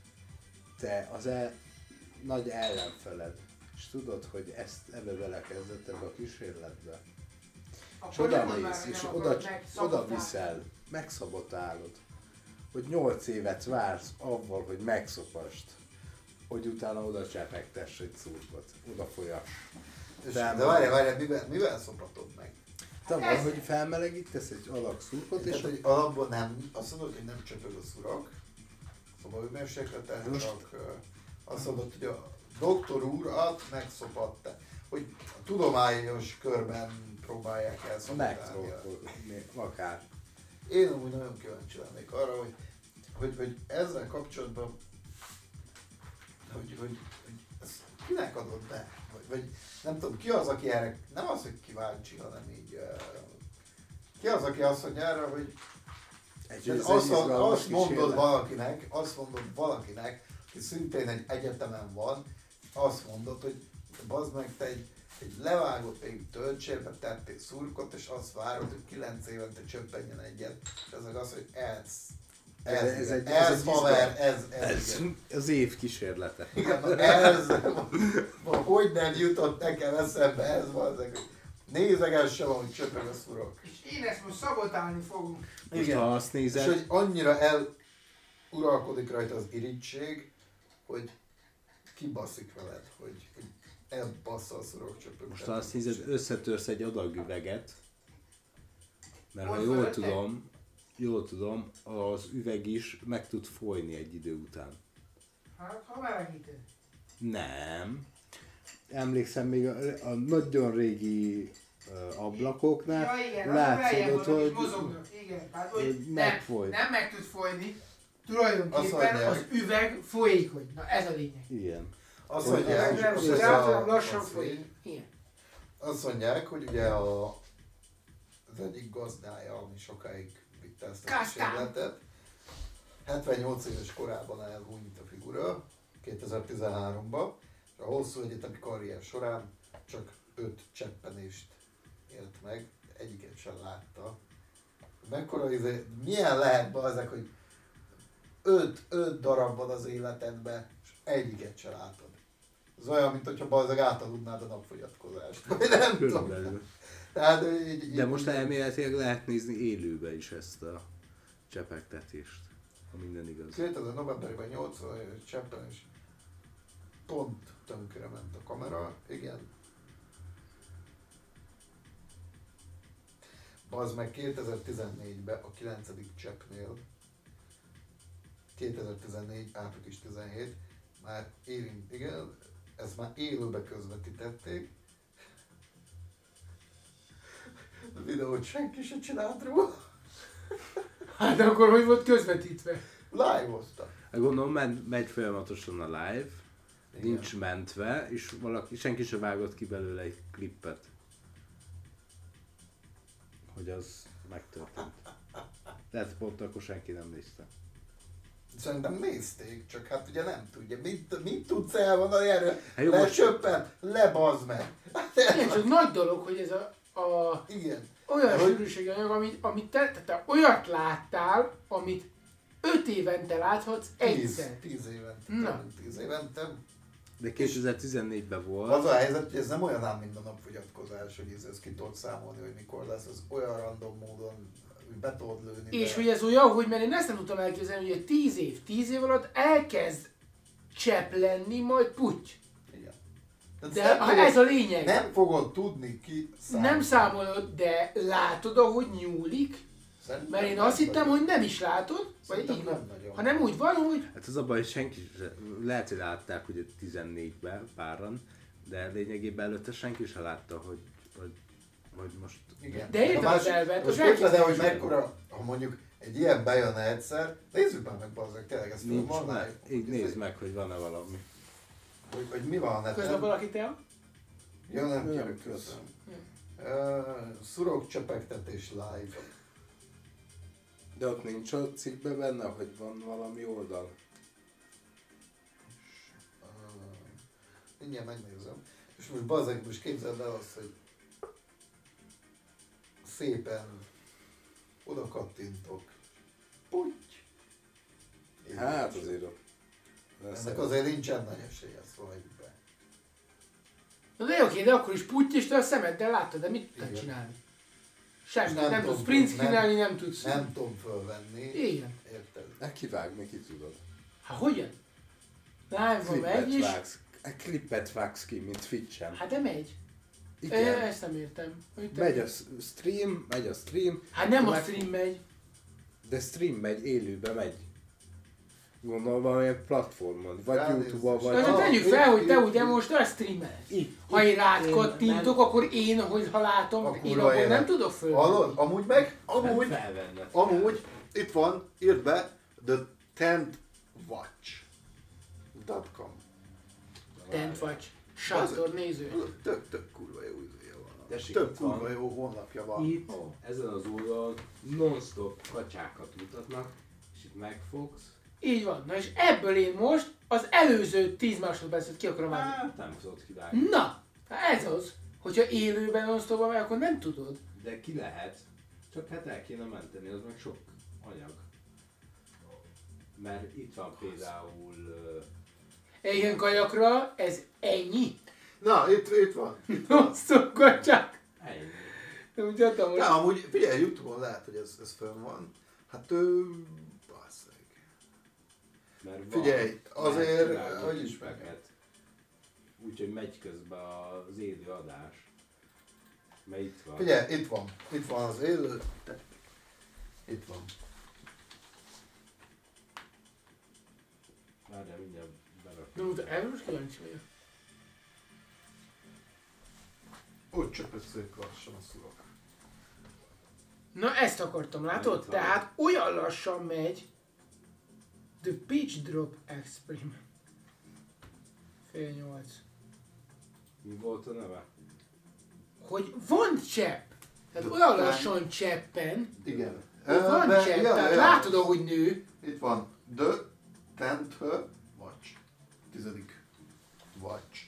S3: te az el, nagy ellenfeled, és tudod, hogy ezt ebbe belekezdett ebbe a kísérletbe. És
S1: Akkor
S3: oda
S1: nem mondd már,
S3: mész,
S1: hogy
S3: és
S1: nem
S3: oda,
S1: akarod meg,
S3: oda
S1: szabotálni.
S3: viszel, megszabotálod, hogy nyolc évet vársz avval, hogy megszopast, hogy utána oda csepegtess egy szurkot, oda folyass.
S2: És,
S3: De-
S2: de várjál, várjál, mivel, mivel szopatod meg?
S3: Tavaly,
S1: ez-
S3: hogy felmelegítesz egy alak szurkot,
S2: Tehát,
S3: és
S2: hogy alapból nem, azt mondod, hogy nem csöpög a szurak, szobahőmérsékleten,
S3: Most-
S2: csak ö, azt mondod, hogy a doktor úrat megszopatta. Hogy a tudományos körben próbálják el szabotálni.
S3: Megtrókolni, akár.
S2: Én amúgy nagyon kíváncsi lennék arra, hogy, hogy, hogy ezzel kapcsolatban, hogy, hogy, hogy ezt kinek adod be? Vagy, vagy nem tudom, ki az, aki erre, nem az, hogy kíváncsi, hanem így, uh, ki az, aki azt mondja erre, hogy
S3: Egy,
S2: azt, azt mondod valakinek, azt mondod valakinek, aki szintén egy egyetemen van, azt mondod, hogy bazd meg, te egy, egy levágott egy töltsérbe tettél szurkot, és azt várod, hogy kilenc évente csöppenjen egyet, és ez meg az, hogy ez, ez, ez, ez, egy, ez, ez haver, ez, ez,
S3: ez az év kísérlete.
S2: Igen, ez, hogy nem jutott nekem eszembe, ez van, hogy nézegessem, ahogy csöpeg a szurok.
S1: És én ezt most szabotálni fogunk.
S3: Most
S2: igen.
S3: ha azt nézed...
S2: És hogy annyira eluralkodik rajta az irítség, hogy kibaszik veled, hogy, hogy elbassza a szurokcsöpöt.
S3: Most ha azt nézed, összetörsz egy adag üveget, mert ha
S1: Hol
S3: jól
S1: fölöttek?
S3: tudom, jól tudom, az üveg is meg tud folyni egy idő után.
S1: Hát, ha melegíted.
S3: Nem. Emlékszem még a, a nagyon régi uh, ablakoknál,
S1: Ja igen,
S3: látszódott,
S1: hogy
S3: hogy,
S1: mozognak. Igen, hát
S3: hogy
S1: hogy nem,
S3: megfoly.
S1: nem meg tud folyni.
S2: Azt
S1: Tulajdonképpen
S2: mondják.
S1: az üveg folyékony. Na ez a lényeg.
S3: Igen.
S2: Azt
S1: A
S2: mondják,
S1: üveg nem
S2: hogy
S1: folyik,
S2: ez
S1: általában
S2: a-
S1: lassan
S2: az-
S1: folyik. Igen.
S2: azt mondják, hogy ugye a, az egyik gazdája, ami sokáig vitte ezt a
S1: Kasztán.
S2: kísérletet, hetvennyolc éves korában elhunyt a figura, kétezer-tizenháromban, és a hosszú egyetemi karrier során csak öt cseppenést élt meg, egyiket sem látta. Mekkora izé, milyen lehet be ezek, hogy öt, öt darab van az életedben, és egyiket sem látod. Ez olyan, mint hogyha bazdmeg átaludnád a napfogyatkozást. Vagy nem tudom.
S3: Körülbelül.
S2: Tehát, így, így,
S3: De most elméletileg lehet nézni élőbe is ezt a csepegtetést, ha minden igaz.
S2: kétezer novemberben nyolcvan Cseppen is pont tönkre ment a kamera, igen. Bazd meg kétezer-tizennégyben a kilencedik cseppnél, kétezer-tizennégy. április tizenhét már érint, igen, ezt már élőbe közvetítették. A videót senki se csinált róla.
S1: Hát akkor hogy volt közvetítve?
S2: Live-ozta.
S3: Hát gondolom megy, megy folyamatosan a live,
S2: Igen.
S3: nincs mentve, és valaki, senki sem vágott ki belőle egy klippet. Hogy az megtörtént. Tehát pont akkor senki nem nézte.
S2: Szerintem nézték, csak hát ugye nem tudja. Mit, mit tudsz elmondani erről?
S3: Hát jó, most-
S2: Lecsöppen, lebazd meg.
S1: Igen, csak nagy dolog, hogy ez a, a
S2: Igen.
S1: olyan
S2: Hogy-
S1: sűrűségi anyag, amit, amit te, te, te olyat láttál, amit öt évente láthatsz
S2: Tíz,
S1: egyszer.
S2: tíz évente.
S1: Na.
S2: több mint Tíz évente.
S3: De kétezer-tizennégyben
S2: Az
S3: volt.
S2: a helyzet, hogy ez nem olyan ám, mint a napfogyatkozás, hogy ez ki tudod számolni, hogy mikor lesz, ez olyan random módon hogy be tudod lőni.
S1: És
S2: de-
S1: hogy ez olyan, hogy mert én ezt nem tudtam elképzelni, hogy tíz év, tíz év alatt elkezd csepp lenni, majd puty.
S2: Igen. Tehát
S1: De
S2: nem
S1: ha
S2: fogod-
S1: ez a lényeg.
S2: Nem fogod tudni ki számolni.
S1: Nem számolod, de látod, ahogy nyúlik,
S2: Szerintem
S1: mert én
S2: nem
S1: azt hittem,
S2: nagyon.
S1: hogy nem is látod, vagy
S2: Szerintem
S1: így
S2: nem
S1: van.
S2: nagyon.
S1: Hanem úgy van, hogy
S3: Hát az a baj, hogy senki se, lehet, hogy látták ugye tizennégyben páran, de lényegében előtte senki sem látta, hogy, hogy, hogy most...
S2: Igen.
S1: De érted
S2: A
S1: az
S2: másik-
S1: elvet,
S2: Most
S1: az
S2: képzeld el, hogy
S1: elképzelhető.
S2: mekkora, ha mondjuk egy ilyen bejönne egyszer, nézzük már meg bazzak, tényleg ezt
S3: Nincs
S2: van
S3: már.
S2: live.
S3: Így nézd meg, hogy van-e valami.
S2: Hogy, hogy mi van a
S1: közben
S2: neten.
S1: valakit el.
S2: Ja, nem
S3: Nem,
S2: kérek
S3: köszönöm.
S2: közben. Uh, szurok csepegtetés live.
S3: De ott nincs a cikkben benne, hogy van valami oldal.
S2: Uh, mindjárt megnézem. És most bazzak, most képzeld el azt, hogy szépen oda kattintok. Puty!
S3: Hát azért ott.
S2: Ennek azért nincsen nagy esélye, ezt valljuk be.
S1: Na de oké, de akkor is puty, és te a szemeddel láttad, de mit tudsz
S2: Igen.
S1: csinálni? Semmit,
S2: Nem
S1: nem,
S2: tudom,
S1: tudsz print
S2: nem-
S1: screenelni, nem tudsz.
S2: Nem tudom fölvenni.
S1: Igen.
S2: Érted?
S3: Ne kivágni, ki tudod.
S1: Hát hogyan? Live-ban megy
S3: Klippet
S1: és...
S3: vágsz. Klippet vágsz ki, mint Twitch-en.
S1: Hát de megy. E,
S3: Igen.
S1: ezt nem értem. Hogy te-
S3: Megy a s- stream, megy a stream.
S1: Hát nem a
S3: meg-
S1: stream megy.
S3: De stream megy, élőbe megy. Gondolom valamilyen platformon, vagy
S2: Ránézés.
S3: YouTube-on, vagy...
S1: Na, csak
S2: Ah,
S1: tegyük
S2: itt,
S1: fel, hogy te
S2: itt,
S1: ugye
S2: itt.
S1: most azt streamelsz.
S3: Itt,
S1: Ha én
S3: itt,
S1: rád
S3: én
S1: kattintok, akkor én, hogy ha látom,
S2: A
S1: én
S2: kurva
S1: abból
S2: élet.
S1: nem tudok fölvenni.
S2: Hallod? Amúgy meg,
S3: nem
S2: amúgy,
S3: felvenned.
S2: amúgy, itt van, írd be, the tent watch dot com.
S1: Tent vagy. Sátor néző.
S2: Tök, tök kurva jó izéje van.
S3: Tessék,
S2: Tök
S3: itt van.
S2: kurva jó honlapja van.
S3: Itt,
S1: Ó.
S3: ezen az oldalon non-stop kacsákat mutatnak, és itt megfogsz.
S1: Így van. Na és ebből én most az előző tíz másodpercet ki akarom vágni.
S3: Hát nem tudod kivágni.
S1: Na, hát ez az. Hogyha élőben osztóban vagy, akkor nem tudod.
S3: De ki lehet, csak hát el kéne menteni, az meg sok anyag. Mert itt van például... Uh,
S1: Ilyen kajakra ez ennyi.
S2: Na, itt, itt van. Itt van.
S1: Osztókkal csak.
S3: ennyi.
S1: Nem úgy adtam, hogy...
S2: De amúgy, figyelj, Youtube-on lehet, hogy ez, ez fönn van. Hát ő... Basszeg.
S3: Mert van,
S2: Figyelj, azért,
S3: megcsináltuk
S2: hogy-
S3: ismeket. Úgyhogy megy közben az élő adás. Mert itt van.
S2: Figyelj, itt van. Itt van az élő. Itt van.
S3: Várjál, mindjárt
S1: Na,
S3: berakom.
S1: de erről most kíváncsi vagyok.
S2: Úgy csak összejük lassan a szurok.
S1: Na ezt akartam, látod?
S3: Itt van.
S1: Tehát olyan lassan megy The Pitch Drop Experiment. Fél nyolc.
S3: Mi volt a neve?
S1: Hogy van csepp! Tehát olyan lassan cseppen,
S2: Igen.
S1: hogy van
S2: De-
S1: csepp,
S2: ja,
S1: tehát
S2: ja.
S1: látod, ahogy nő.
S2: Itt van. The Tent Watch. Tizedik. Watch.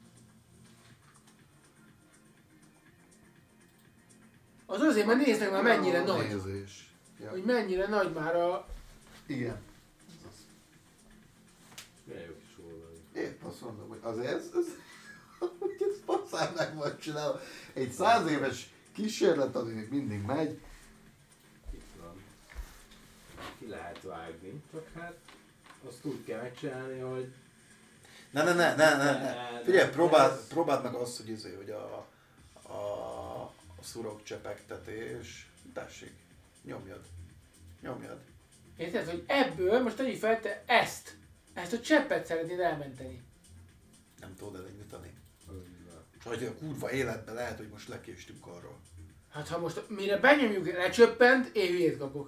S1: Az azért, mert nézd meg már mennyire
S2: Jó
S1: nagy.
S2: Nézés. Ja.
S1: Hogy mennyire nagy már a...
S2: Igen.
S3: Milyen jó kis oldal.
S2: Épp azt mondom, hogy azért ez, ez, hogy ez faszán meg van csinálva. Egy száz éves kísérlet, ami még mindig megy.
S3: Itt van. Ki lehet vágni, csak hát azt úgy kell megcsinálni, hogy
S2: Ne, ne, ne, ne, ne,
S3: Ne,
S2: ne.
S3: ne,
S2: Figyelj, próbáld,
S3: ez-
S2: próbáld meg azt, hogy, izé, hogy a, a, a szurok csepegtetés, tessék, nyomjad. Nyomjad.
S1: Érted, hogy ebből most tegyük fel, te ezt, ezt a cseppet szeretnéd elmenteni.
S2: Nem tudod elindítani. És hogy a kurva életben lehet, hogy most lekéstünk arról.
S1: Hát ha most mire benyomjuk, lecsöppent, én hülyét kapok.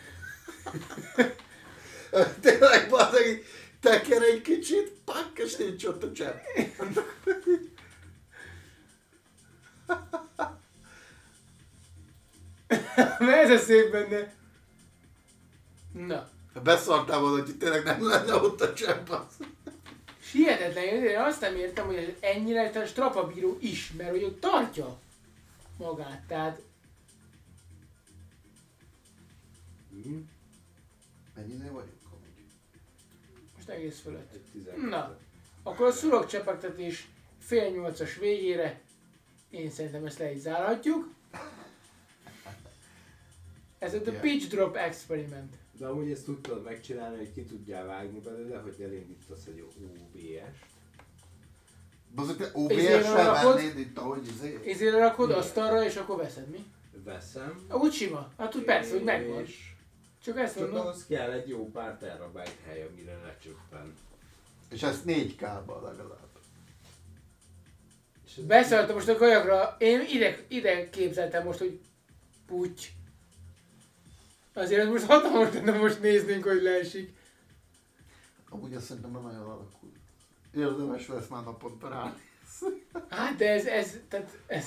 S2: Tényleg, bazdmeg, teker egy kicsit, pakk, és nincs ott a csepp.
S1: Mert ez a szép benne. Na.
S2: Ha beszartál volna, hogy itt tényleg nem lenne ott a csepp, az.
S1: És hihetetlen, én azt nem értem, hogy ez ennyire a strapabíró is, mert hogy ott tartja magát, tehát
S3: Mhm.
S2: Mennyinél vagyunk amúgy?
S1: most egész fölött.
S3: Egy tizenkettő.
S1: Na. Akkor a szurok csepegtetés fél nyolcas végére én szerintem ezt le is zárhatjuk. Ez a The
S2: Ja.
S1: Pitch Drop Experiment.
S3: De amúgy ezt úgy tudod megcsinálni, hogy ki tudjál vágni belőle, hogy elindítasz egy ó bé est.
S2: Bazdmeg, te
S1: Izére
S2: ó bé es-sel
S1: rakod?
S2: vennéd itt, ahogy izé?
S1: Ezért rakod
S3: Igen.
S1: asztalra, és akkor veszed, mi?
S3: Veszem.
S1: Úgy sima. Hát úgy persze, hogy megvan.
S3: És
S1: Csak ezt
S3: csak
S1: mondom.
S3: az kell egy jó pár terabájt hely, amire lecsöppen.
S2: És ez négy ká-ban legalább.
S3: És ez
S1: Beszálltam most a kajakra, én ide, ide képzeltem most, hogy puty. Azért ez most hatalmas lenne, most néznénk, hogy leesik.
S2: Amúgy azt szerintem nem nagyon alakul. Érdemes lesz már naponta rá.
S1: Hát de ez, ez, tehát ez...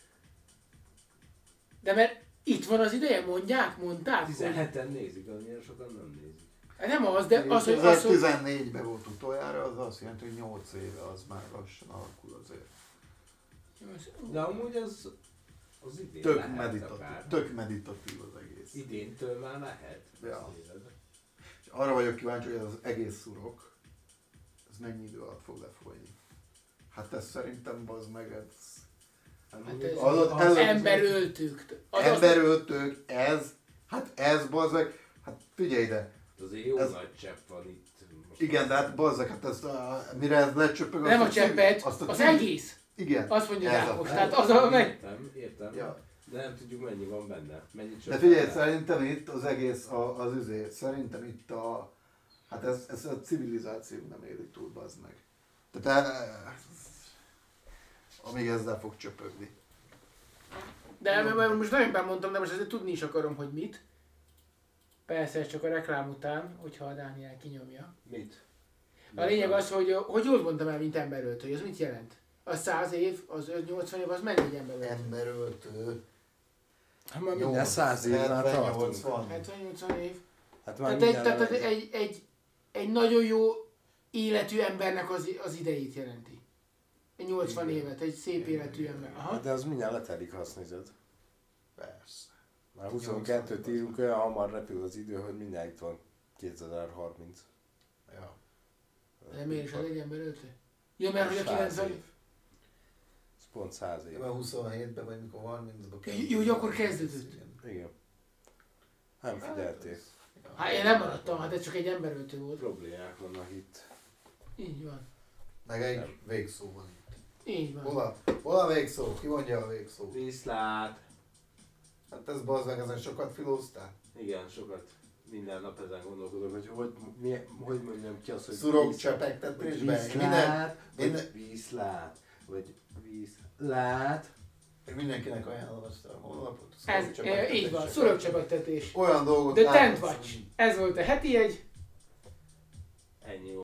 S1: De mert itt van az ideje, mondják, mondták, hogy...
S3: tizenheten nézik, annyira sokan nem nézik.
S1: Hát nem az, de az, hogy... Az, hogy...
S2: kétezer-tizennégyben volt utoljára, az azt jelenti, hogy nyolc éve az már lassan alakul azért.
S3: De amúgy az, az idén
S2: Tök
S3: lehet
S2: meditatív,
S3: akár.
S2: tök meditatív az egész.
S3: Idéntől már lehet.
S2: Ja.
S3: azt éred.
S2: És arra vagyok kíváncsi, hogy ez az egész szurok, ez mennyi idő alatt fog lefolyni. Hát ez szerintem az meg ez...
S1: Hát ez
S2: Az-
S1: az,
S2: az-
S1: az
S2: az-
S1: emberöltők. Az, az,
S2: Emberöltők, ez, hát ez bazzeg, hát figyelj ide.
S3: Azért jó
S2: Ez-
S3: nagy csepp van itt. Most
S2: Igen, de hát bazzeg, hát ezt a, mire ez lecsöpög,
S1: nem a
S2: cím-
S1: cseppet,
S2: azt a
S1: az
S2: cím-
S1: egész.
S2: Igen.
S1: Azt mondja
S2: ez
S1: Ákos.
S2: a-
S1: Tehát az a meg...
S3: Értem, értem.
S2: Ja.
S3: De nem tudjuk mennyi van benne. Mennyi
S2: De
S3: csepp
S2: figyelj,
S3: van.
S2: szerintem itt az egész, a, az üzé, szerintem itt a, Hát ez, ez a civilizáció nem éli túl, bazd meg. Tehát eh, amíg ezzel fog csöpögni.
S1: De mert most nagyon bemondtam, de most azért tudni is akarom, hogy mit. Persze, ez csak a reklám után, hogyha a Dániel kinyomja.
S3: Mit?
S1: A lényeg az, hogy, hogy jól mondtam el, mint emberöltő, az mit jelent? A száz év, az nyolcvan év, az mennyi egy emberöltő?
S2: Emberöltő.
S3: Hát már minden száz évnál tartunk.
S2: nyolcvan.
S1: hetven-nyolcvan év.
S3: Hát már
S1: Tehát, egy, tehát
S3: minden...
S1: egy, egy, egy, egy nagyon jó életű embernek az, az idejét jelenti. Egy nyolcvan
S2: Igen.
S1: évet, egy szép
S2: Igen,
S1: életű
S2: igen,
S1: ember.
S2: igen.
S1: Aha.
S3: De az mindjárt letelik, ha azt nézed.
S2: Persze.
S3: Már huszonkettőt írunk, olyan hamar repül az idő, hogy mindjárt itt van kétezer-harminc.
S2: Ja.
S1: De miért is az egy emberöltő? Ja, mert hogy a
S3: száz
S1: kilencven...
S3: év. Ez pont száz év.
S2: Mert huszonhétben vagy mikor harmincban
S1: Jó, hogy akkor kezdődött.
S3: Igen. Nem figyelték.
S1: Hát én nem maradtam, hát ez csak egy emberöltő volt.
S3: Problémák vannak itt.
S1: Így van.
S2: Meg egy végszó van itt.
S1: Így van.
S2: Hol a, hol a végszó? Ki mondja a végszó?
S3: Viszlát!
S2: Hát ez bazd meg, ezen sokat filóztál?
S3: Igen, sokat. Minden nap ezen gondolkodok, hogy hogy, mi, hogy mondjam ki azt, hogy
S2: Szurok
S3: víz-
S2: csepegtetésben.
S3: vagy
S2: Minden,
S3: vízlát, vagy
S2: minden-
S3: vízlát, vagy vízlát.
S2: Meg mindenkinek ajánlom azt a honlapot. a
S1: Ez,
S2: szurokcsepegtetés.
S1: e, így van, szurokcsepegtetés.
S2: Olyan dolgot
S1: The
S2: láthatsz,
S1: Tent Watch. Ez volt a heti egy.
S3: Ennyi